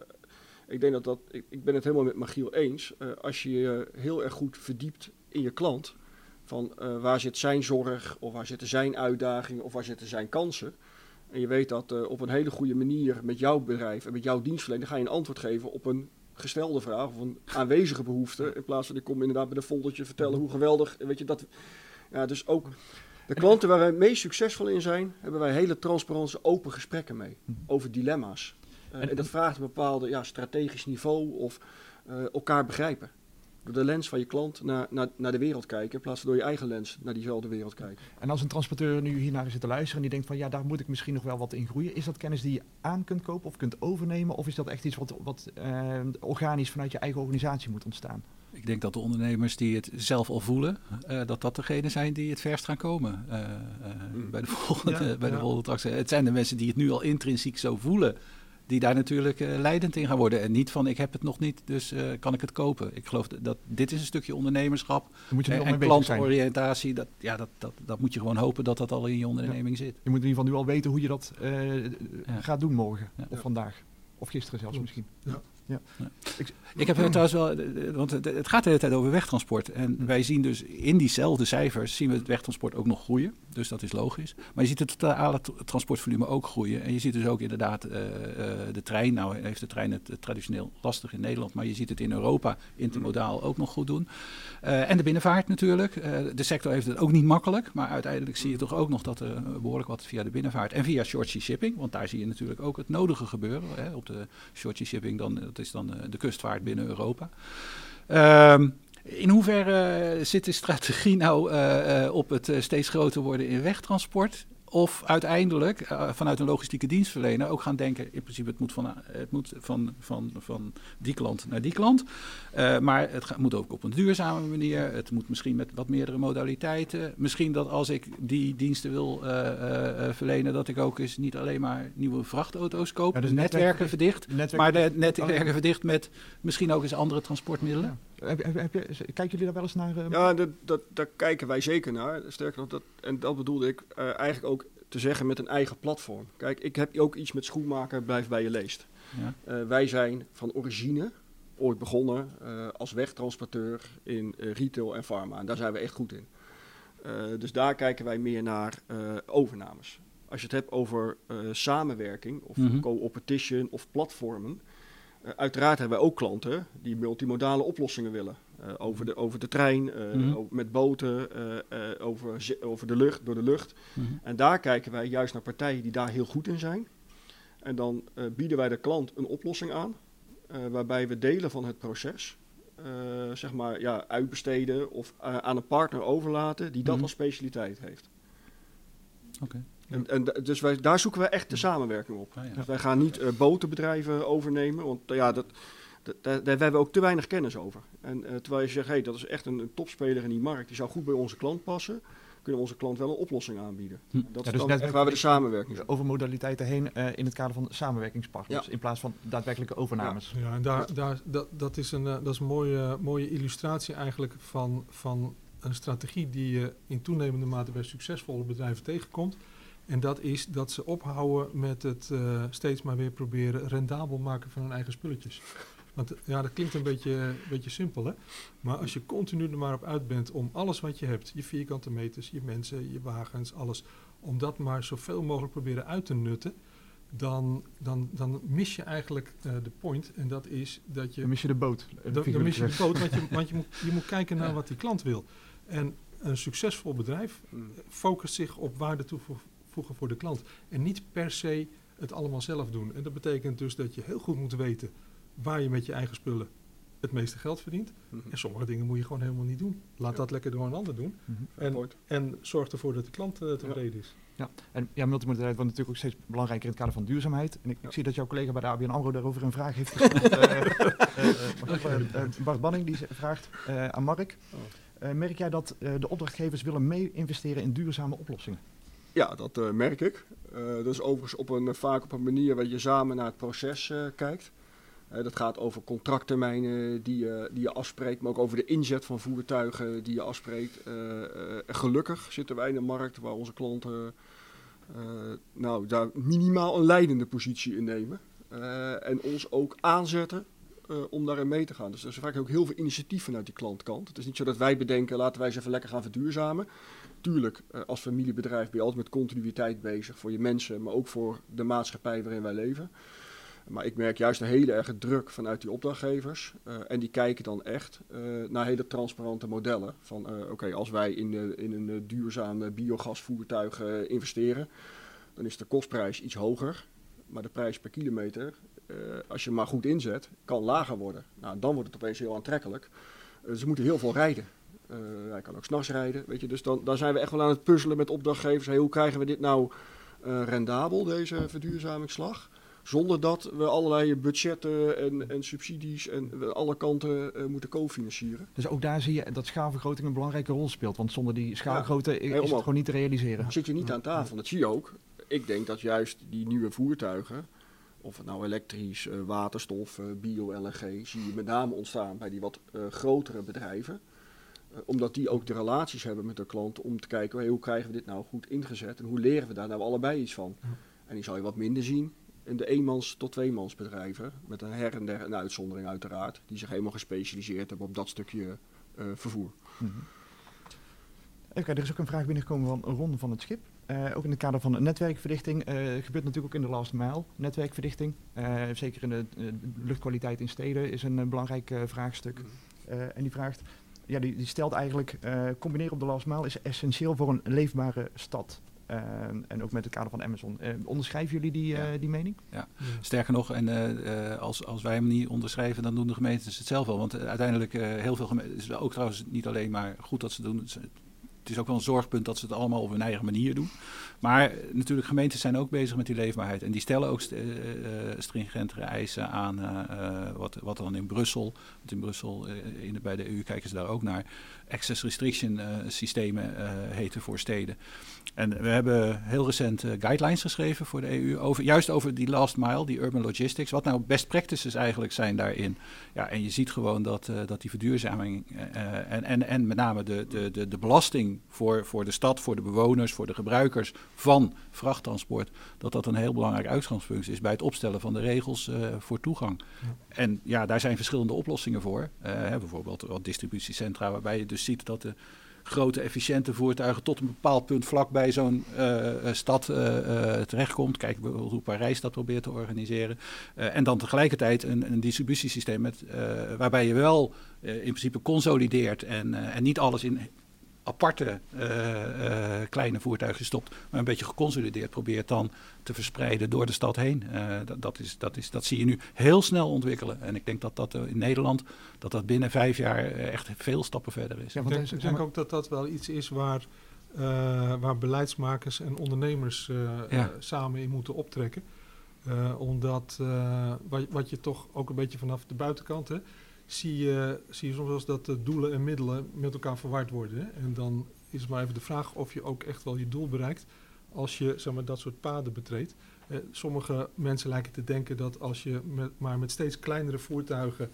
ik denk ik ben het helemaal met Michiel eens. Als je je heel erg goed verdiept in je klant, van waar zit zijn zorg, of waar zitten zijn uitdagingen, of waar zitten zijn kansen. En je weet dat op een hele goede manier met jouw bedrijf en met jouw dienstverlening ga je een antwoord geven op een gestelde vraag of een aanwezige behoefte. In plaats van ik kom inderdaad met een foldertje vertellen hoe geweldig. Weet je, dat, ja, dus ook de klanten waar wij het meest succesvol in zijn, hebben wij hele transparante, open gesprekken mee over dilemma's. En dat vraagt een bepaalde strategisch niveau of elkaar begrijpen. Door de lens van je klant naar de wereld kijken, in plaats van door je eigen lens naar diezelfde wereld kijken. En als een transporteur nu hiernaar zit te luisteren en die denkt van ja, daar moet ik misschien nog wel wat in groeien. Is dat kennis die je aan kunt kopen of kunt overnemen? Of is dat echt iets wat organisch vanuit je eigen organisatie moet ontstaan? Ik denk dat de ondernemers die het zelf al voelen, dat degenen zijn die het verst gaan komen bij de volgende tractie. Het zijn de mensen die het nu al intrinsiek zo voelen, die daar natuurlijk leidend in gaan worden. En niet van, ik heb het nog niet, dus kan ik het kopen. Ik geloof dat dit is een stukje ondernememerschap en klantoriëntatie. Dat moet je gewoon hopen dat dat al in je onderneming zit. Je moet in ieder geval nu al weten hoe je dat gaat doen morgen of vandaag. Of gisteren zelfs misschien. Ja. Ja. Ik heb trouwens wel, want het gaat de hele tijd over wegtransport. En wij zien dus in diezelfde cijfers, zien we het wegtransport ook nog groeien. Dus dat is logisch. Maar je ziet het totale transportvolume ook groeien. En je ziet dus ook inderdaad de trein. Nou heeft de trein het traditioneel lastig in Nederland. Maar je ziet het in Europa intermodaal ook nog goed doen. En de binnenvaart natuurlijk. De sector heeft het ook niet makkelijk. Maar uiteindelijk zie je toch ook nog dat er behoorlijk wat via de binnenvaart. En via short sea shipping. Want daar zie je natuurlijk ook het nodige gebeuren. Hè. Op de short sea shipping dat is dan de kustvaart binnen Europa. In hoeverre zit de strategie nou op het steeds groter worden in wegtransport? Of uiteindelijk vanuit een logistieke dienstverlener ook gaan denken, in principe het moet van die klant naar die klant. Maar het moet ook op een duurzame manier. Het moet misschien met wat meerdere modaliteiten. Misschien dat als ik die diensten wil verlenen, dat ik ook eens niet alleen maar nieuwe vrachtauto's koop. Ja, dus netwerken verdicht. Maar de netwerken verdicht met misschien ook eens andere transportmiddelen. Ja. Kijken jullie daar wel eens naar? Ja, daar kijken wij zeker naar. Sterker nog, dat bedoelde ik eigenlijk ook te zeggen met een eigen platform. Kijk, ik heb ook iets met schoenmaker, blijf bij je leest. Ja. Wij zijn van origine ooit begonnen als wegtransporteur in retail en pharma. En daar zijn we echt goed in. Dus daar kijken wij meer naar overnames. Als je het hebt over samenwerking of co-opetition of platformen. Uiteraard hebben wij ook klanten die multimodale oplossingen willen. Over de trein, met boten, over de lucht, door de lucht. En daar kijken wij juist naar partijen die daar heel goed in zijn. En dan bieden wij de klant een oplossing aan, waarbij we delen van het proces uitbesteden of aan een partner overlaten die dat als specialiteit heeft. Okay. Dus daar zoeken we echt de samenwerking op. Dus wij gaan niet botenbedrijven overnemen, want daar hebben we ook te weinig kennis over. En terwijl je zegt, dat is echt een topspeler in die markt, die zou goed bij onze klant passen, kunnen we onze klant wel een oplossing aanbieden. Dat is dus dan echt waar we de samenwerking doen. Over modaliteiten heen in het kader van samenwerkingspartners, in plaats van daadwerkelijke overnames. Ja, en dat is een mooie illustratie eigenlijk van een strategie die je in toenemende mate bij succesvolle bedrijven tegenkomt. En dat is dat ze ophouden met het steeds maar weer proberen rendabel maken van hun eigen spulletjes. Want dat klinkt een beetje simpel, hè? Maar als je continu er maar op uit bent om alles wat je hebt, je vierkante meters, je mensen, je wagens, alles, om dat maar zoveel mogelijk proberen uit te nutten, dan mis je eigenlijk de point. En dat is dat je... Dan mis je de boot. Dan mis je de boot, want je moet kijken naar wat die klant wil. En een succesvol bedrijf focust zich op waarde toevoegen voor de klant. En niet per se het allemaal zelf doen. En dat betekent dus dat je heel goed moet weten waar je met je eigen spullen het meeste geld verdient. En sommige dingen moet je gewoon helemaal niet doen. Laat dat lekker door een ander doen. En zorg ervoor dat de klant tevreden is. Ja, en multimodaliteit wordt natuurlijk ook steeds belangrijker in het kader van duurzaamheid. En ik zie dat jouw collega bij de ABN AMRO daarover een vraag heeft gesteld. Bart Banning die vraagt aan Mark. Merk jij dat de opdrachtgevers willen mee investeren in duurzame oplossingen? Ja, dat merk ik. Dat is overigens vaak op een manier waar je samen naar het proces kijkt. Dat gaat over contracttermijnen die je afspreekt, maar ook over de inzet van voertuigen die je afspreekt. Gelukkig zitten wij in een markt waar onze klanten daar minimaal een leidende positie in nemen. En ons ook aanzetten om daarin mee te gaan. Dus er is vaak ook heel veel initiatief vanuit die klantkant. Het is niet zo dat wij bedenken, laten wij eens even lekker gaan verduurzamen. Tuurlijk, als familiebedrijf ben je altijd met continuïteit bezig voor je mensen, maar ook voor de maatschappij waarin wij leven. Maar ik merk juist een hele erge druk vanuit die opdrachtgevers. En die kijken dan echt naar hele transparante modellen. Van als wij in een duurzaam biogasvoertuig investeren, dan is de kostprijs iets hoger. Maar de prijs per kilometer, als je hem maar goed inzet, kan lager worden. Nou, dan wordt het opeens heel aantrekkelijk. Ze moeten heel veel rijden. Hij kan ook 's nachts rijden. Weet je? Dus dan zijn we echt wel aan het puzzelen met opdrachtgevers. Hey, hoe krijgen we dit nou rendabel, deze verduurzamingsslag? Zonder dat we allerlei budgetten en subsidies en alle kanten moeten cofinancieren. Dus ook daar zie je dat schaalvergroting een belangrijke rol speelt. Want zonder die schaalgrootte is het gewoon niet te realiseren. Zit je niet aan tafel, dat zie je ook. Ik denk dat juist die nieuwe voertuigen, of het nou elektrisch, waterstof, bio-LNG, zie je met name ontstaan bij die wat grotere bedrijven. Omdat die ook de relaties hebben met de klant om te kijken, hoe krijgen we dit nou goed ingezet en hoe leren we daar nou allebei iets van. En die zal je wat minder zien in de eenmans tot tweemans bedrijven, met een her en der een uitzondering uiteraard, die zich helemaal gespecialiseerd hebben op dat stukje vervoer. Mm-hmm. Even kijken, er is ook een vraag binnengekomen van Ron van het Schip. Ook in het kader van netwerkverdichting gebeurt natuurlijk ook in de last mile netwerkverdichting. Zeker in de luchtkwaliteit in steden is een belangrijk vraagstuk. En die vraagt, die stelt eigenlijk, combineren op de last mile is essentieel voor een leefbare stad. En ook met het kader van Amazon. Onderschrijven jullie die mening? Ja, sterker nog, en als wij hem niet onderschrijven, dan doen de gemeentes het zelf wel. Want uiteindelijk heel veel gemeenten, is ook trouwens niet alleen maar goed dat ze doen. Het is ook wel een zorgpunt dat ze het allemaal op hun eigen manier doen. Maar natuurlijk, gemeentes zijn ook bezig met die leefbaarheid. En die stellen ook stringentere eisen aan wat dan in Brussel. Want in Brussel, bij de EU kijken ze daar ook naar. Access restriction systemen heten voor steden. En we hebben heel recent guidelines geschreven voor de EU. Juist over die last mile, die urban logistics. Wat nou best practices eigenlijk zijn daarin. Ja, en je ziet gewoon dat die verduurzaming en met name de belasting voor de stad, voor de bewoners, voor de gebruikers van vrachttransport, dat een heel belangrijk uitgangspunt is bij het opstellen van de regels voor toegang. Ja. En ja, daar zijn verschillende oplossingen voor. Bijvoorbeeld wat distributiecentra, waarbij je dus ziet dat de grote efficiënte voertuigen tot een bepaald punt vlakbij zo'n stad terechtkomt. Kijk bijvoorbeeld hoe Parijs dat probeert te organiseren. En dan tegelijkertijd een distributiesysteem waarbij je wel in principe consolideert en niet alles in aparte kleine voertuigen stopt, maar een beetje geconsolideerd probeert dan te verspreiden door de stad heen. Dat zie je nu heel snel ontwikkelen. En ik denk dat in Nederland, dat binnen 5 jaar echt veel stappen verder is. Ja, ik denk ook dat wel iets is waar beleidsmakers en ondernemers samen in moeten optrekken. Omdat wat je toch ook een beetje vanaf de buitenkant, zie je soms wel eens dat de doelen en middelen met elkaar verward worden. Hè? En dan is het maar even de vraag of je ook echt wel je doel bereikt als je dat soort paden betreedt. Sommige mensen lijken te denken dat als je met steeds kleinere voertuigen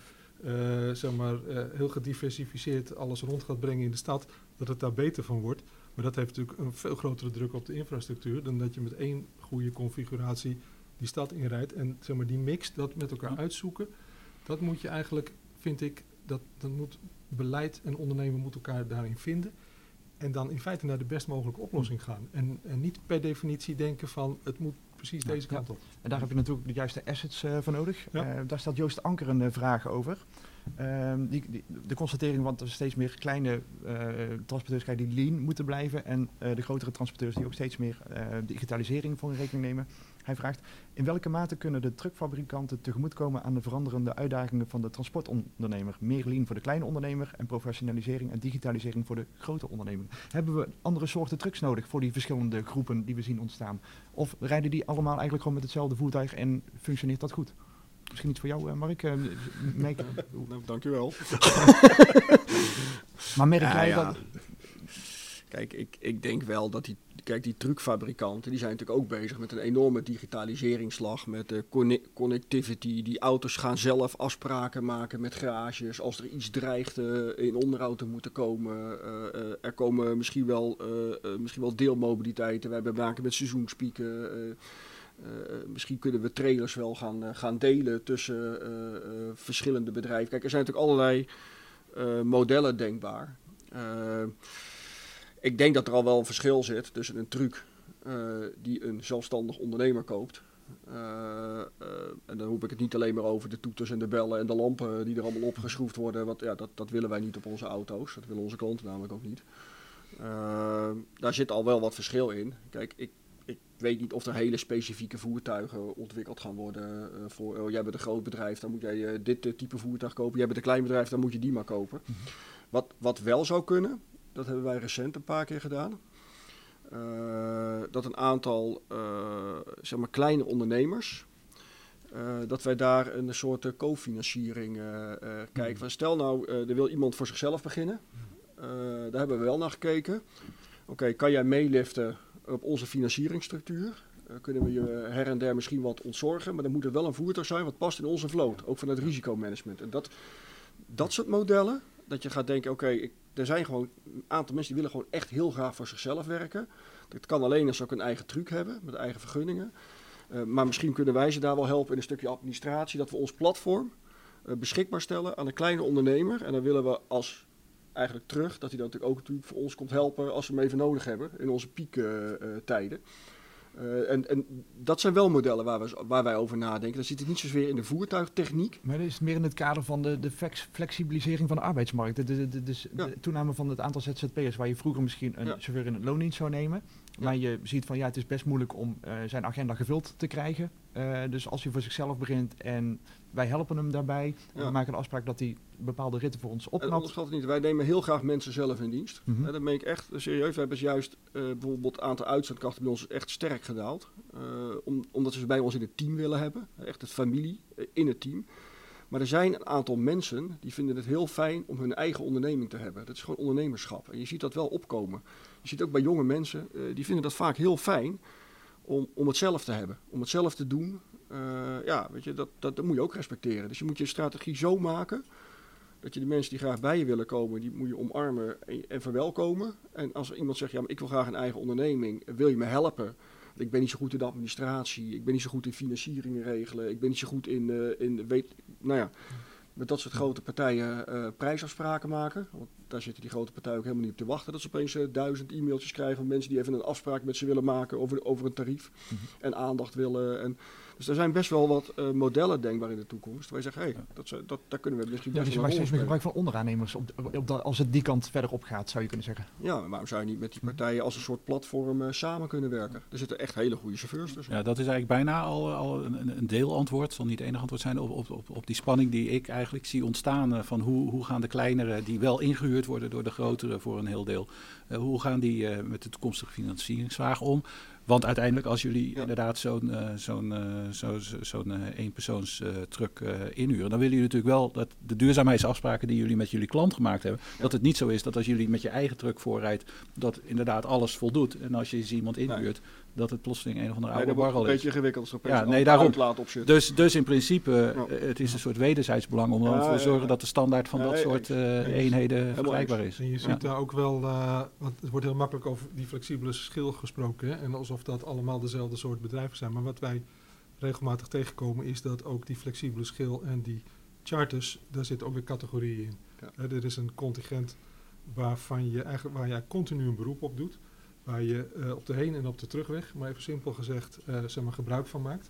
heel gediversifieerd alles rond gaat brengen in de stad, dat het daar beter van wordt. Maar dat heeft natuurlijk een veel grotere druk op de infrastructuur dan dat je met één goede configuratie die stad inrijdt. En die mix, dat met elkaar uitzoeken, dat moet je eigenlijk, vind ik, dat moet beleid en ondernemen moeten elkaar daarin vinden. En dan in feite naar de best mogelijke oplossing gaan. En niet per definitie denken van het moet precies deze kant op. En daar heb je natuurlijk de juiste assets voor nodig. Ja. Daar stelt Joost Anker een vraag over. De constatering, want er steeds meer kleine transporteurs krijgen die lean moeten blijven en de grotere transporteurs die ook steeds meer digitalisering voor in rekening nemen. Hij vraagt, in welke mate kunnen de truckfabrikanten tegemoetkomen aan de veranderende uitdagingen van de transportondernemer? Meer lean voor de kleine ondernemer en professionalisering en digitalisering voor de grote ondernemer. Hebben we andere soorten trucks nodig voor die verschillende groepen die we zien ontstaan? Of rijden die allemaal eigenlijk gewoon met hetzelfde voertuig en functioneert dat goed? Misschien iets voor jou, Mark. Nou, dankjewel. Maar merk jij dat... Kijk, ik denk wel dat die truckfabrikanten, die zijn natuurlijk ook bezig met een enorme digitaliseringsslag, met de connectivity. Die auto's gaan zelf afspraken maken met garages. Als er iets dreigt in onderhoud te moeten komen, er komen misschien wel deelmobiliteiten. Wij hebben maken met seizoenspieken. Misschien kunnen we trailers wel gaan delen tussen verschillende bedrijven. Kijk, er zijn natuurlijk allerlei modellen denkbaar. Ik denk dat er al wel een verschil zit tussen een truck die een zelfstandig ondernemer koopt. En dan hoef ik het niet alleen maar over de toeters en de bellen en de lampen die er allemaal opgeschroefd worden. Want ja, dat willen wij niet op onze auto's. Dat willen onze klanten namelijk ook niet. Daar zit al wel wat verschil in. Kijk, ik weet niet of er hele specifieke voertuigen ontwikkeld gaan worden. Jij bent een groot bedrijf, dan moet jij dit type voertuig kopen. Jij bent een klein bedrijf, dan moet je die maar kopen. Mm-hmm. Wat wel zou kunnen, dat hebben wij recent een paar keer gedaan. Dat een aantal kleine ondernemers, dat wij daar een soort cofinanciering kijken. Van stel nou, er wil iemand voor zichzelf beginnen. Daar hebben we wel naar gekeken. Oké, kan jij meeliften op onze financieringsstructuur? Kunnen we je her en der misschien wat ontzorgen, maar dan moet er wel een voertuig zijn wat past in onze vloot. Ook vanuit risicomanagement. En dat soort modellen, dat je gaat denken, er zijn gewoon een aantal mensen die willen gewoon echt heel graag voor zichzelf werken. Dat kan alleen als ze ook een eigen truc hebben, met eigen vergunningen. Maar misschien kunnen wij ze daar wel helpen in een stukje administratie, dat we ons platform beschikbaar stellen aan een kleine ondernemer. En dan willen we eigenlijk terug, dat hij dan natuurlijk voor ons komt helpen als we hem even nodig hebben in onze piektijden. En dat zijn wel modellen waar wij over nadenken. Dan zit het niet zozeer in de voertuigtechniek. Maar dat is meer in het kader van de flexibilisering van de arbeidsmarkt. De toename van het aantal ZZP'ers, waar je vroeger misschien een chauffeur in het loondienst zou nemen. Ja. Maar je ziet van het is best moeilijk om zijn agenda gevuld te krijgen. Dus als hij voor zichzelf begint en wij helpen hem daarbij. We maken de afspraak dat hij bepaalde ritten voor ons opknapt. En onderschat het niet, wij nemen heel graag mensen zelf in dienst. Mm-hmm. Dat meen ik echt serieus. We hebben juist bijvoorbeeld het aantal uitzendkrachten bij ons echt sterk gedaald. Omdat ze bij ons in het team willen hebben. Echt het familie in het team. Maar er zijn een aantal mensen die vinden het heel fijn om hun eigen onderneming te hebben. Dat is gewoon ondernemerschap. En je ziet dat wel opkomen. Je ziet ook bij jonge mensen, die vinden dat vaak heel fijn om het zelf te hebben. Om het zelf te doen. Weet je, dat moet je ook respecteren. Dus je moet je strategie zo maken dat je de mensen die graag bij je willen komen, die moet je omarmen en verwelkomen. En als er iemand zegt, maar ik wil graag een eigen onderneming, wil je me helpen? Ik ben niet zo goed in de administratie, ik ben niet zo goed in financieringen regelen, ik ben niet zo goed met dat soort grote partijen prijsafspraken maken. Want daar zitten die grote partijen ook helemaal niet op te wachten. Dat ze opeens 1000 e-mailtjes krijgen van mensen die even een afspraak met ze willen maken over een tarief. Mm-hmm. En aandacht willen. Dus er zijn best wel wat modellen denkbaar in de toekomst. Waar je zegt, daar kunnen we misschien best dus je maakt steeds meer gebruik van onderaannemers als het die kant verder op gaat, zou je kunnen zeggen. Ja, maar waarom zou je niet met die partijen als een soort platform samen kunnen werken? Er zitten echt hele goede chauffeurs tussen. Ja, dat is eigenlijk bijna al een deelantwoord. Het zal niet het enige antwoord zijn op die spanning die ik eigenlijk zie ontstaan. Van hoe gaan de kleinere, die wel ingehuurd worden door de grotere voor een heel deel. Hoe gaan die met de toekomstige financieringsvraag om? Want uiteindelijk als jullie inderdaad zo'n eenpersoons truck inhuren, dan willen jullie natuurlijk wel dat de duurzaamheidsafspraken die jullie met jullie klant gemaakt hebben, dat het niet zo is dat als jullie met je eigen truck voorrijdt, dat inderdaad alles voldoet. En als je iemand inhuurt, dat het plotseling een of andere oude barrel is. Een beetje ingewikkeld. Daarom. Dus in principe, het is een soort wederzijds belang om ervoor te zorgen dat de standaard van dat soort eenheden vergelijkbaar is. En je ziet daar ook wel, want het wordt heel makkelijk over die flexibele schil gesproken. Hè? En alsof dat allemaal dezelfde soort bedrijven zijn. Maar wat wij regelmatig tegenkomen is dat ook die flexibele schil en die charters, daar zitten ook weer categorieën in. Ja. Er is een contingent waar je continu een beroep op doet. Waar je op de heen- en op de terugweg, maar even simpel gezegd, gebruik van maakt.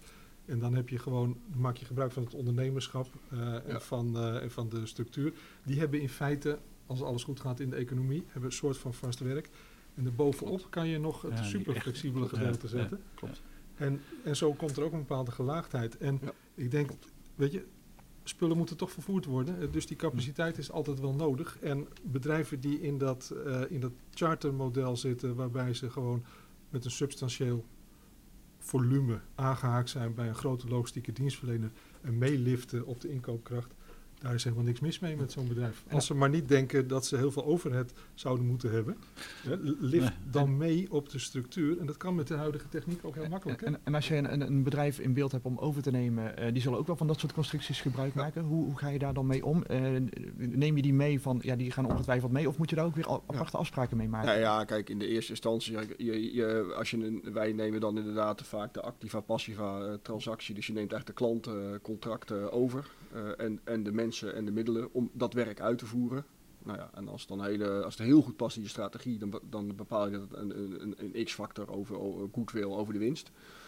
En dan maak je gebruik van het ondernemerschap en van de structuur. Die hebben in feite, als alles goed gaat in de economie, hebben een soort van vast werk. En daarbovenop kan je nog het super flexibele gedeelte zetten. Ja, klopt. En zo komt er ook een bepaalde gelaagdheid. En ik denk, weet je, spullen moeten toch vervoerd worden. Dus die capaciteit is altijd wel nodig. En bedrijven die in dat chartermodel zitten, waarbij ze gewoon met een substantieel volume aangehaakt zijn bij een grote logistieke dienstverlener en meeliften op de inkoopkracht, daar is helemaal niks mis mee met zo'n bedrijf. Als ze maar niet denken dat ze heel veel overhead zouden moeten hebben. Lift dan mee op de structuur. En dat kan met de huidige techniek ook heel makkelijk. En als je een bedrijf in beeld hebt om over te nemen, die zullen ook wel van dat soort constructies gebruik maken. Hoe ga je daar dan mee om? Neem je die mee van, die gaan ongetwijfeld mee, of moet je daar ook weer aparte afspraken mee maken? Nou ja, kijk, in de eerste instantie, wij nemen dan inderdaad vaak de activa-passiva transactie. Dus je neemt echt de klantcontracten over en de mensen en de middelen om dat werk uit te voeren. Nou ja, en als het heel goed past in je strategie, dan bepaal je dat een x-factor over goodwill over de winst.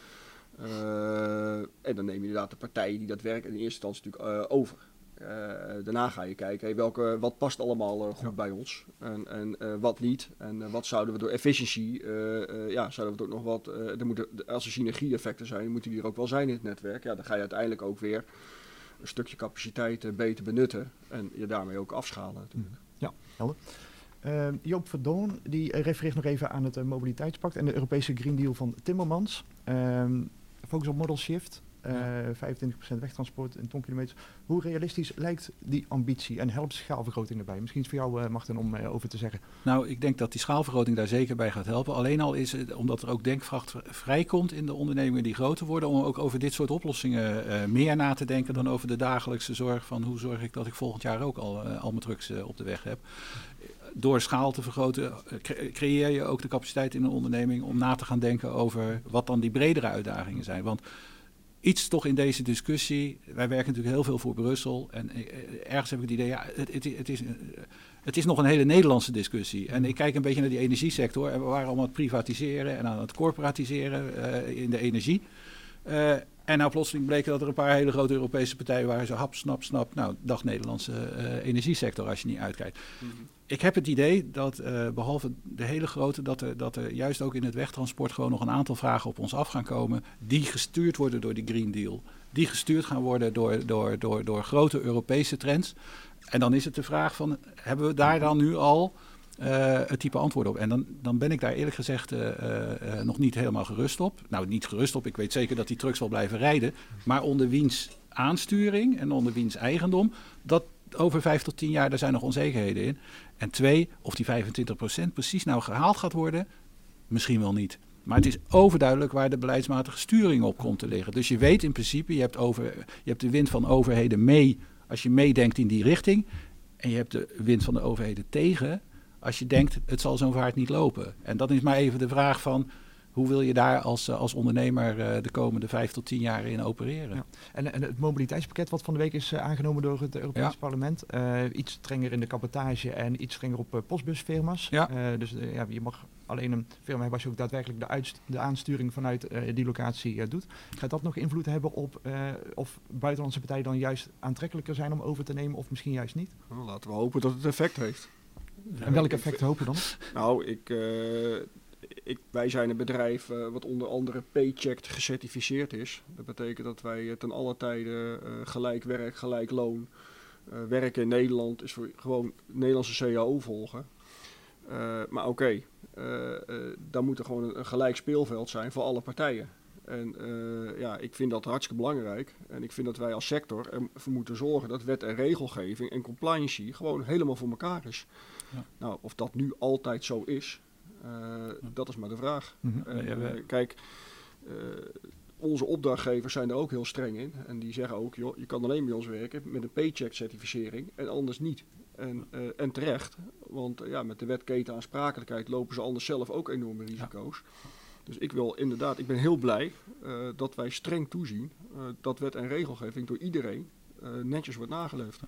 En dan neem je inderdaad de partij die dat werk in de eerste instantie natuurlijk over. Daarna ga je kijken, wat past allemaal goed bij ons en wat niet. En wat zouden we door efficiëntie, zouden we ook nog wat, als er synergie-effecten zijn, moeten die er ook wel zijn in het netwerk. Ja, dan ga je uiteindelijk ook weer een stukje capaciteit beter benutten en je daarmee ook afschalen natuurlijk. Ja, helder. Joop Verdoorn die refereert nog even aan het mobiliteitspact en de Europese Green Deal van Timmermans. Focus op model shift, 25% wegtransport in tonkilometers. Hoe realistisch lijkt die ambitie en helpt schaalvergroting erbij? Misschien is het voor jou, Martin, om over te zeggen. Nou, ik denk dat die schaalvergroting daar zeker bij gaat helpen. Alleen al is het, omdat er ook denkkracht vrijkomt in de ondernemingen die groter worden, om ook over dit soort oplossingen meer na te denken dan over de dagelijkse zorg van hoe zorg ik dat ik volgend jaar ook al mijn trucks op de weg heb. Door schaal te vergroten creëer je ook de capaciteit in een onderneming om na te gaan denken over wat dan die bredere uitdagingen zijn. Want iets toch in deze discussie, wij werken natuurlijk heel veel voor Brussel en ergens heb ik het idee, het is nog een hele Nederlandse discussie. En ik kijk een beetje naar die energiesector en we waren allemaal aan het privatiseren en aan het corporatiseren in de energie. En nou plotseling bleek dat er een paar hele grote Europese partijen waren, zo hap, snap, nou, dag Nederlandse energiesector als je niet uitkijkt. Mm-hmm. Ik heb het idee dat behalve de hele grote, dat er juist ook in het wegtransport gewoon nog een aantal vragen op ons af gaan komen, die gestuurd worden door die Green Deal. Die gestuurd gaan worden door grote Europese trends. En dan is het de vraag van, hebben we daar dan nu al het type antwoord op? En dan ben ik daar eerlijk gezegd nog niet helemaal gerust op. Nou, niet gerust op. Ik weet zeker dat die trucks wel blijven rijden. Maar onder wiens aansturing en onder wiens eigendom, dat over 5 tot 10 jaar, daar zijn nog onzekerheden in. En 2, of die 25% precies nou gehaald gaat worden, misschien wel niet. Maar het is overduidelijk waar de beleidsmatige sturing op komt te liggen. Dus je weet in principe, je hebt de wind van overheden mee als je meedenkt in die richting. En je hebt de wind van de overheden tegen als je denkt, het zal zo'n vaart niet lopen. En dat is maar even de vraag van, hoe wil je daar als ondernemer de komende 5 tot 10 jaar in opereren? Ja. En het mobiliteitspakket wat van de week is aangenomen door het Europees Parlement. Iets strenger in de cabotage en iets strenger op postbusfirma's. Ja. Dus je mag alleen een firma hebben als je ook daadwerkelijk de aansturing vanuit die locatie doet. Gaat dat nog invloed hebben op of buitenlandse partijen dan juist aantrekkelijker zijn om over te nemen of misschien juist niet? Nou, laten we hopen dat het effect heeft. En welk effect hoop je dan? Nou, wij zijn een bedrijf wat onder andere Paycheck gecertificeerd is. Dat betekent dat wij ten alle tijde gelijk werk, gelijk loon. Werken in Nederland is voor gewoon Nederlandse CAO volgen. Maar dan moet er gewoon een gelijk speelveld zijn voor alle partijen. En ik vind dat hartstikke belangrijk. En ik vind dat wij als sector ervoor moeten zorgen dat wet en regelgeving en compliance gewoon helemaal voor elkaar is. Ja. Nou, of dat nu altijd zo is, dat is maar de vraag. Mm-hmm. Kijk, onze opdrachtgevers zijn er ook heel streng in. En die zeggen ook, joh, je kan alleen bij ons werken met een Paycheck-certificering en anders niet. En terecht, want met de wet ketenaansprakelijkheid lopen ze anders zelf ook enorme risico's. Ja. Dus ik ben heel blij dat wij streng toezien dat wet en regelgeving door iedereen netjes wordt nageleefd.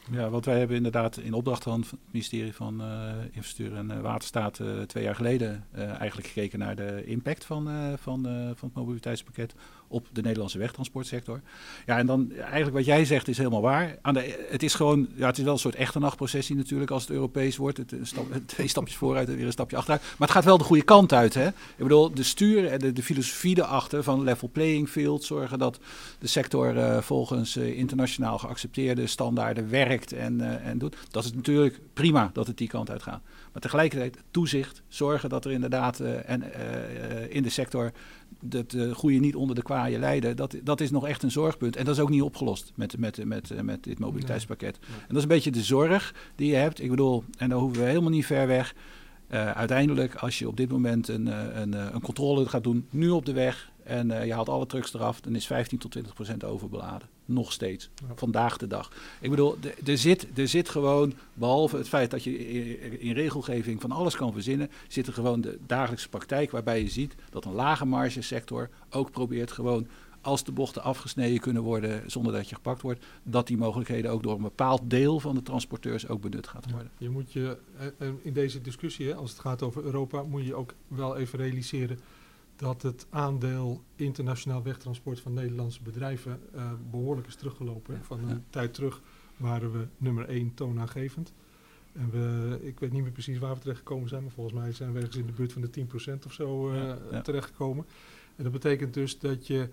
Ja, want wij hebben inderdaad in opdracht van het ministerie van Infrastructuur en Waterstaat 2 jaar geleden eigenlijk gekeken naar de impact van het mobiliteitspakket op de Nederlandse wegtransportsector. Ja, en dan eigenlijk wat jij zegt is helemaal waar. Het is gewoon, het is wel een soort echternachtprocessie natuurlijk als het Europees wordt. 2 stapjes vooruit en weer een stapje achteruit. Maar het gaat wel de goede kant uit. Hè? Ik bedoel, de stuur en de filosofie erachter van level playing field, zorgen dat de sector volgens internationaal geaccepteerde standaarden werkt en doet. Dat is natuurlijk prima dat het die kant uit gaat. Maar tegelijkertijd toezicht, zorgen dat er inderdaad in de sector het goede niet onder de kwaaien lijden. Dat is nog echt een zorgpunt. En dat is ook niet opgelost met dit mobiliteitspakket. Nee. En dat is een beetje de zorg die je hebt. Ik bedoel, en daar hoeven we helemaal niet ver weg. Uiteindelijk, als je op dit moment een controle gaat doen, nu op de weg, en je haalt alle trucks eraf, dan is 15 tot 20% overbeladen. Nog steeds. Ja. Vandaag de dag. Ik bedoel, er zit gewoon, behalve het feit dat je in regelgeving van alles kan verzinnen, zit er gewoon de dagelijkse praktijk waarbij je ziet dat een lage marge sector ook probeert gewoon, als de bochten afgesneden kunnen worden zonder dat je gepakt wordt, dat die mogelijkheden ook door een bepaald deel van de transporteurs ook benut gaat worden. Ja, je moet je in deze discussie, als het gaat over Europa, moet je ook wel even realiseren dat het aandeel internationaal wegtransport van Nederlandse bedrijven behoorlijk is teruggelopen. Van een tijd terug waren we nummer 1 toonaangevend. En ik weet niet meer precies waar we terechtgekomen zijn, maar volgens mij zijn we ergens in de buurt van de 10% of zo terechtgekomen. En dat betekent dus dat je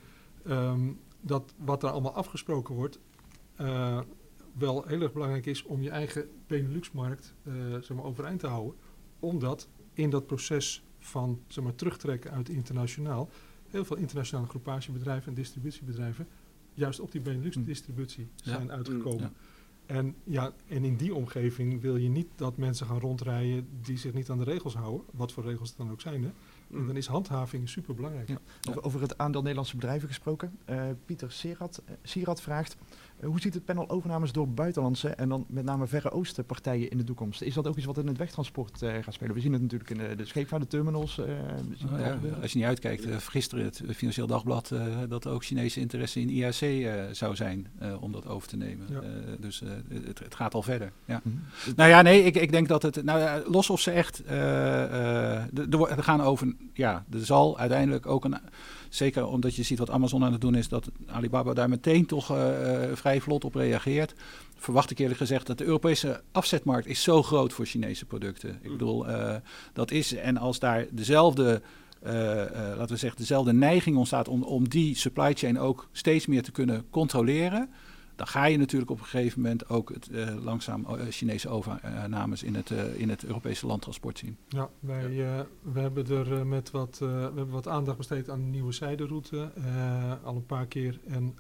dat wat er allemaal afgesproken wordt, wel heel erg belangrijk is om je eigen Benelux-markt overeind te houden. Omdat in dat proces van terugtrekken uit internationaal, heel veel internationale groepagebedrijven en distributiebedrijven juist op die Benelux-distributie zijn uitgekomen. Ja. En in die omgeving wil je niet dat mensen gaan rondrijden die zich niet aan de regels houden, wat voor regels het dan ook zijn. Hè? En dan is handhaving superbelangrijk. Ja. Over het aandeel Nederlandse bedrijven gesproken. Pieter Sierat vraagt, hoe ziet het panel overnames door buitenlandse en dan met name Verre Oosten partijen in de toekomst? Is dat ook iets wat in het wegtransport gaat spelen? We zien het natuurlijk in de scheepvaartterminals. Als je niet uitkijkt, gisteren het Financieel Dagblad dat ook Chinese interesse in IAC zou zijn om dat over te nemen. Ja. Dus het gaat al verder. Ja. Mm-hmm. Ik denk dat het, los of ze echt, er gaan over, er zal uiteindelijk ook zeker omdat je ziet wat Amazon aan het doen is, dat Alibaba daar meteen toch vrij vlot op reageert. Verwacht ik eerlijk gezegd dat de Europese afzetmarkt is zo groot voor Chinese producten. Ik bedoel, dat is, en als daar dezelfde, laten we zeggen, dezelfde neiging ontstaat om die supply chain ook steeds meer te kunnen controleren, dan ga je natuurlijk op een gegeven moment ook langzaam Chinese overnames in het Europese landtransport zien. Ja, we hebben er we hebben wat aandacht besteed aan de nieuwe zijderoute, al een paar keer.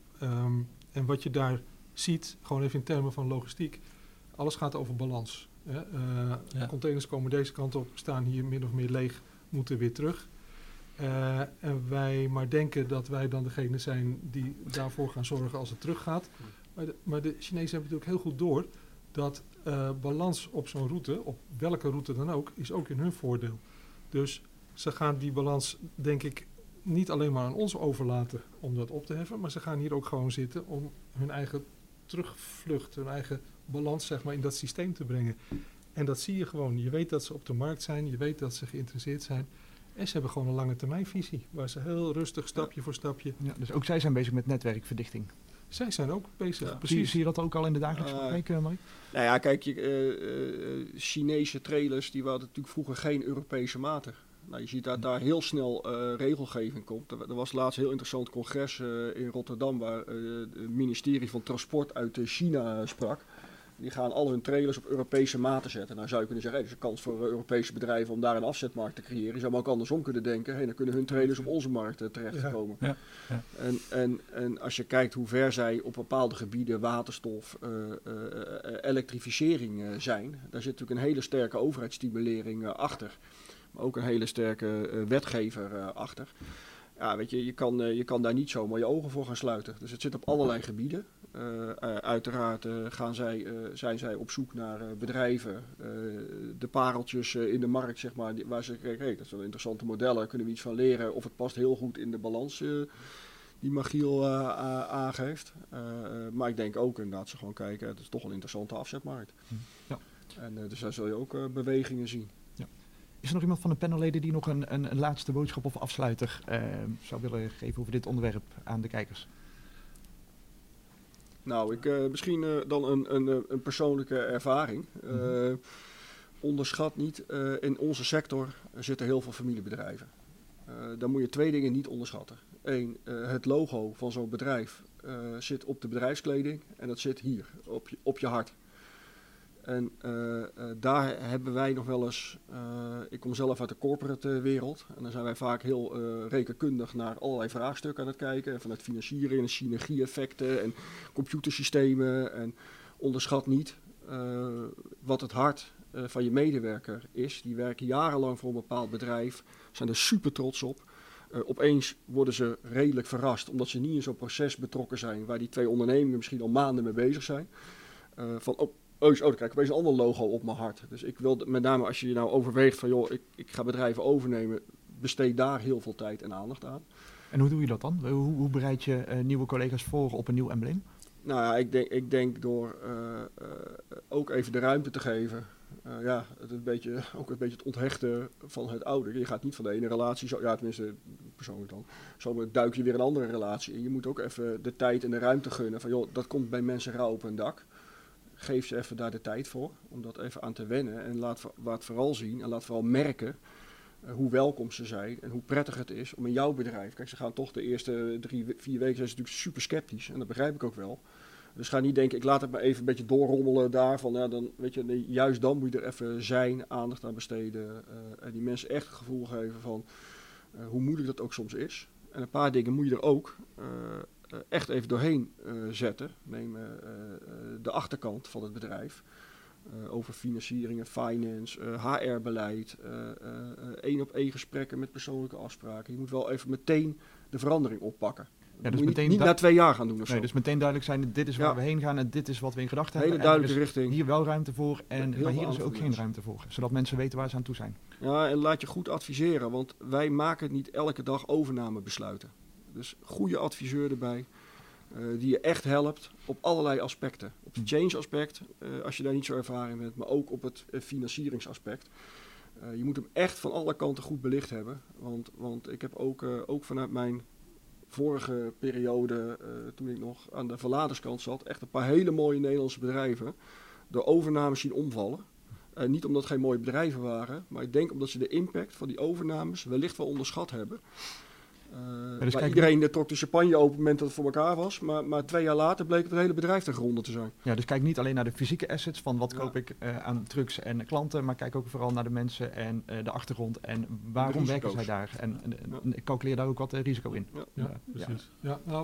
En wat je daar ziet, gewoon even in termen van logistiek, alles gaat over balans. Containers komen deze kant op, staan hier min of meer leeg, moeten weer terug. En wij maar denken dat wij dan degene zijn die daarvoor gaan zorgen als het teruggaat. Maar de Chinezen hebben natuurlijk heel goed door dat balans op zo'n route, op welke route dan ook, is ook in hun voordeel. Dus ze gaan die balans, denk ik, niet alleen maar aan ons overlaten om dat op te heffen, maar ze gaan hier ook gewoon zitten om hun eigen terugvlucht, hun eigen balans in dat systeem te brengen. En dat zie je gewoon. Je weet dat ze op de markt zijn, je weet dat ze geïnteresseerd zijn. En ze hebben gewoon een lange termijnvisie, waar ze heel rustig stapje voor stapje... Ja, dus ook zij zijn bezig met netwerkverdichting. Zij zijn ook bezig, ja, precies. Zie je dat ook al in de dagelijkse praktijk, Mark? Nou ja, kijk, Chinese trailers, die hadden natuurlijk vroeger geen Europese maten. Nou, je ziet dat daar heel snel regelgeving komt. Er was laatst een heel interessant congres in Rotterdam, waar het ministerie van Transport uit China sprak. Die gaan al hun trailers op Europese maten zetten. Nou zou je kunnen zeggen, er is een kans voor Europese bedrijven om daar een afzetmarkt te creëren. Je zou maar ook andersom kunnen denken, dan kunnen hun trailers op onze markt terechtkomen. Ja. Ja. En als je kijkt hoe ver zij op bepaalde gebieden waterstof, elektrificering zijn, daar zit natuurlijk een hele sterke overheidsstimulering achter. Maar ook een hele sterke wetgever achter. Ja, weet je, je kan daar niet zomaar je ogen voor gaan sluiten. Dus het zit op allerlei gebieden. Uiteraard zijn zij op zoek naar bedrijven, de pareltjes in de markt, zeg maar, waar ze kijken, dat zijn interessante modellen, kunnen we iets van leren of het past heel goed in de balans die Magiel aangeeft. Maar ik denk ook inderdaad, ze gewoon kijken, het is toch een interessante afzetmarkt. Ja. En dus daar zul je ook bewegingen zien. Ja. Is er nog iemand van de panelleden die nog een laatste boodschap of afsluiter zou willen geven over dit onderwerp aan de kijkers? Nou, misschien dan een persoonlijke ervaring. Onderschat niet, in onze sector zitten heel veel familiebedrijven. Dan moet je 2 dingen niet onderschatten. 1, het logo van zo'n bedrijf zit op de bedrijfskleding en dat zit hier, op je hart. En daar hebben wij nog wel eens, ik kom zelf uit de corporate wereld, en dan zijn wij vaak heel rekenkundig naar allerlei vraagstukken aan het kijken. Vanuit financiering en synergie-effecten en computersystemen. En onderschat niet wat het hart van je medewerker is. Die werken jarenlang voor een bepaald bedrijf, zijn er super trots op. Opeens worden ze redelijk verrast, omdat ze niet in zo'n proces betrokken zijn, waar die 2 ondernemingen misschien al maanden mee bezig zijn. Dan krijg ik opeens een ander logo op mijn hart. Dus ik wil met name als je je nou overweegt van joh, ik ga bedrijven overnemen, besteed daar heel veel tijd en aandacht aan. En hoe doe je dat dan? Hoe bereid je nieuwe collega's voor op een nieuw embleem? Nou ja, ik denk door ook even de ruimte te geven. Het een beetje het onthechten van het oude. Je gaat niet van de ene relatie, tenminste persoonlijk dan, zo duik je weer een andere relatie in. Je moet ook even de tijd en de ruimte gunnen van joh, dat komt bij mensen rauw op een dak. Geef ze even daar de tijd voor, om dat even aan te wennen. En laat vooral zien en laat vooral merken hoe welkom ze zijn en hoe prettig het is om in jouw bedrijf. Kijk, ze gaan toch de eerste 3-4 weken zijn ze natuurlijk super sceptisch. En dat begrijp ik ook wel. Dus ga niet denken, ik laat het maar even een beetje doorrommelen daarvan. Ja, dan, weet je, nee, juist dan moet je er even zijn, aandacht aan besteden. En die mensen echt het gevoel geven van hoe moeilijk dat ook soms is. En een paar dingen moet je er ook echt even doorheen zetten. Neem de achterkant van het bedrijf. Over financieringen, finance, HR-beleid, 1-op-1 gesprekken met persoonlijke afspraken. Je moet wel even meteen de verandering oppakken. Ja, dus moet je niet na 2 jaar gaan doen of zo. Nee, dus meteen duidelijk zijn, dit is waar we heen gaan en dit is wat we in gedachten hebben. Hele duidelijke richting. Hier wel ruimte voor maar hier is er ook geen ruimte voor. Zodat mensen weten waar ze aan toe zijn. Ja, en laat je goed adviseren, want wij maken niet elke dag overnamebesluiten. Dus goede adviseur erbij. Die je echt helpt op allerlei aspecten. Op het change aspect, als je daar niet zo ervaren bent, maar ook op het financieringsaspect. Je moet hem echt van alle kanten goed belicht hebben. Want ik heb ook vanuit mijn vorige periode, toen ik nog aan de verladerskant zat, echt een paar hele mooie Nederlandse bedrijven door overnames zien omvallen. Niet omdat het geen mooie bedrijven waren, maar ik denk omdat ze de impact van die overnames wellicht wel onderschat hebben. Dus iedereen trok de champagne open op het moment dat het voor elkaar was. Maar 2 jaar later bleek het hele bedrijf ten gronde te zijn. Ja, dus kijk niet alleen naar de fysieke assets van wat koop ik aan trucks en klanten. Maar kijk ook vooral naar de mensen en de achtergrond. En waarom werken zij daar? En ik calculeer daar ook wat risico in. Ja, precies. Ja, nou,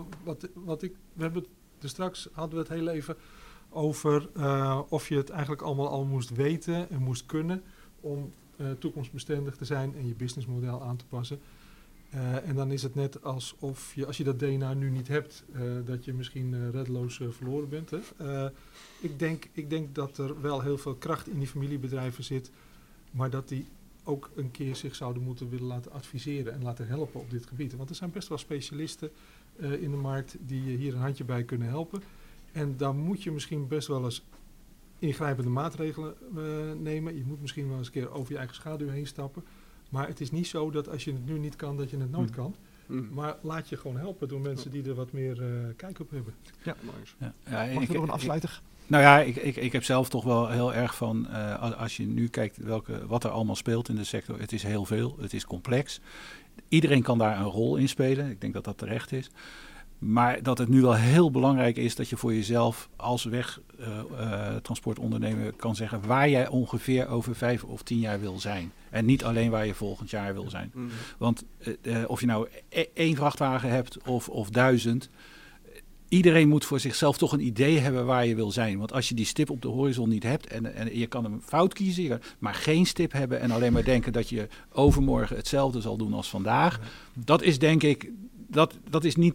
straks hadden we het heel even over of je het eigenlijk allemaal al moest weten en moest kunnen om toekomstbestendig te zijn en je businessmodel aan te passen. En dan is het net alsof je, als je dat DNA nu niet hebt, dat je misschien reddeloos verloren bent. Hè? Ik denk dat er wel heel veel kracht in die familiebedrijven zit, maar dat die ook een keer zich zouden moeten willen laten adviseren en laten helpen op dit gebied. Want er zijn best wel specialisten in de markt die je hier een handje bij kunnen helpen. En dan moet je misschien best wel eens ingrijpende maatregelen nemen. Je moet misschien wel eens een keer over je eigen schaduw heen stappen. Maar het is niet zo dat als je het nu niet kan, dat je het nooit kan. Maar laat je gewoon helpen door mensen die er wat meer kijk op hebben. Ja. Mag ik nog een afsluiter? Nou ja, ik heb zelf toch wel heel erg van, als je nu kijkt wat er allemaal speelt in de sector. Het is heel veel, het is complex. Iedereen kan daar een rol in spelen. Ik denk dat dat terecht is. Maar dat het nu wel heel belangrijk is dat je voor jezelf als wegtransportondernemer kan zeggen waar jij ongeveer over 5 of 10 jaar wil zijn. En niet alleen waar je volgend jaar wil zijn. Want of je nou 1 vrachtwagen hebt of 1000... Iedereen moet voor zichzelf toch een idee hebben waar je wil zijn. Want als je die stip op de horizon niet hebt en je kan hem fout kiezen, maar geen stip hebben en alleen maar denken dat je overmorgen hetzelfde zal doen als vandaag. Dat is denk ik, dat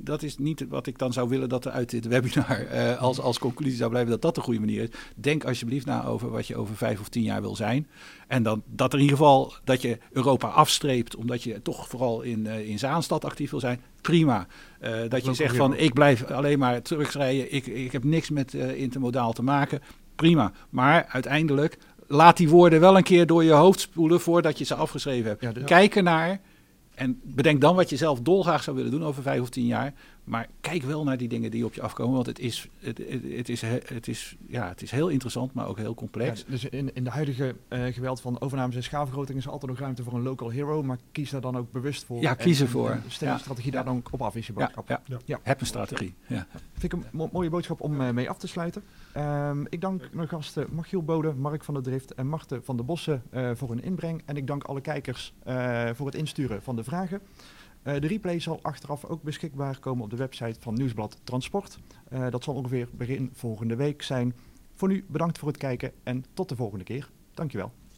dat is niet wat ik dan zou willen dat er uit dit webinar als conclusie zou blijven dat de goede manier is. Denk alsjeblieft na over wat je over 5 of 10 jaar wil zijn. En dan dat er in ieder geval dat je Europa afstreept omdat je toch vooral in Zaanstad actief wil zijn. Prima. Dat je zegt van ik blijf alleen maar terugrijden. Ik heb niks met intermodaal te maken. Prima. Maar uiteindelijk laat die woorden wel een keer door je hoofd spoelen voordat je ze afgeschreven hebt. Ja, kijk ernaar en bedenk dan wat je zelf dolgraag zou willen doen over 5 of 10 jaar. Maar kijk wel naar die dingen die op je afkomen, want het is heel interessant, maar ook heel complex. Ja, dus in de huidige geweld van overnames en schaalvergroting is er altijd nog ruimte voor een local hero, maar kies daar dan ook bewust voor. Ja, kies ervoor. Stel je strategie daar dan ook op af, is je boodschap. Ja. Heb een strategie. Ja. Vind ik een mooie boodschap om mee af te sluiten. Ik dank mijn gasten Machiel Bode, Mark van der Drift en Marten van der Bossen voor hun inbreng. En ik dank alle kijkers voor het insturen van de vragen. De replay zal achteraf ook beschikbaar komen op de website van Nieuwsblad Transport. Dat zal ongeveer begin volgende week zijn. Voor nu bedankt voor het kijken en tot de volgende keer. Dankjewel.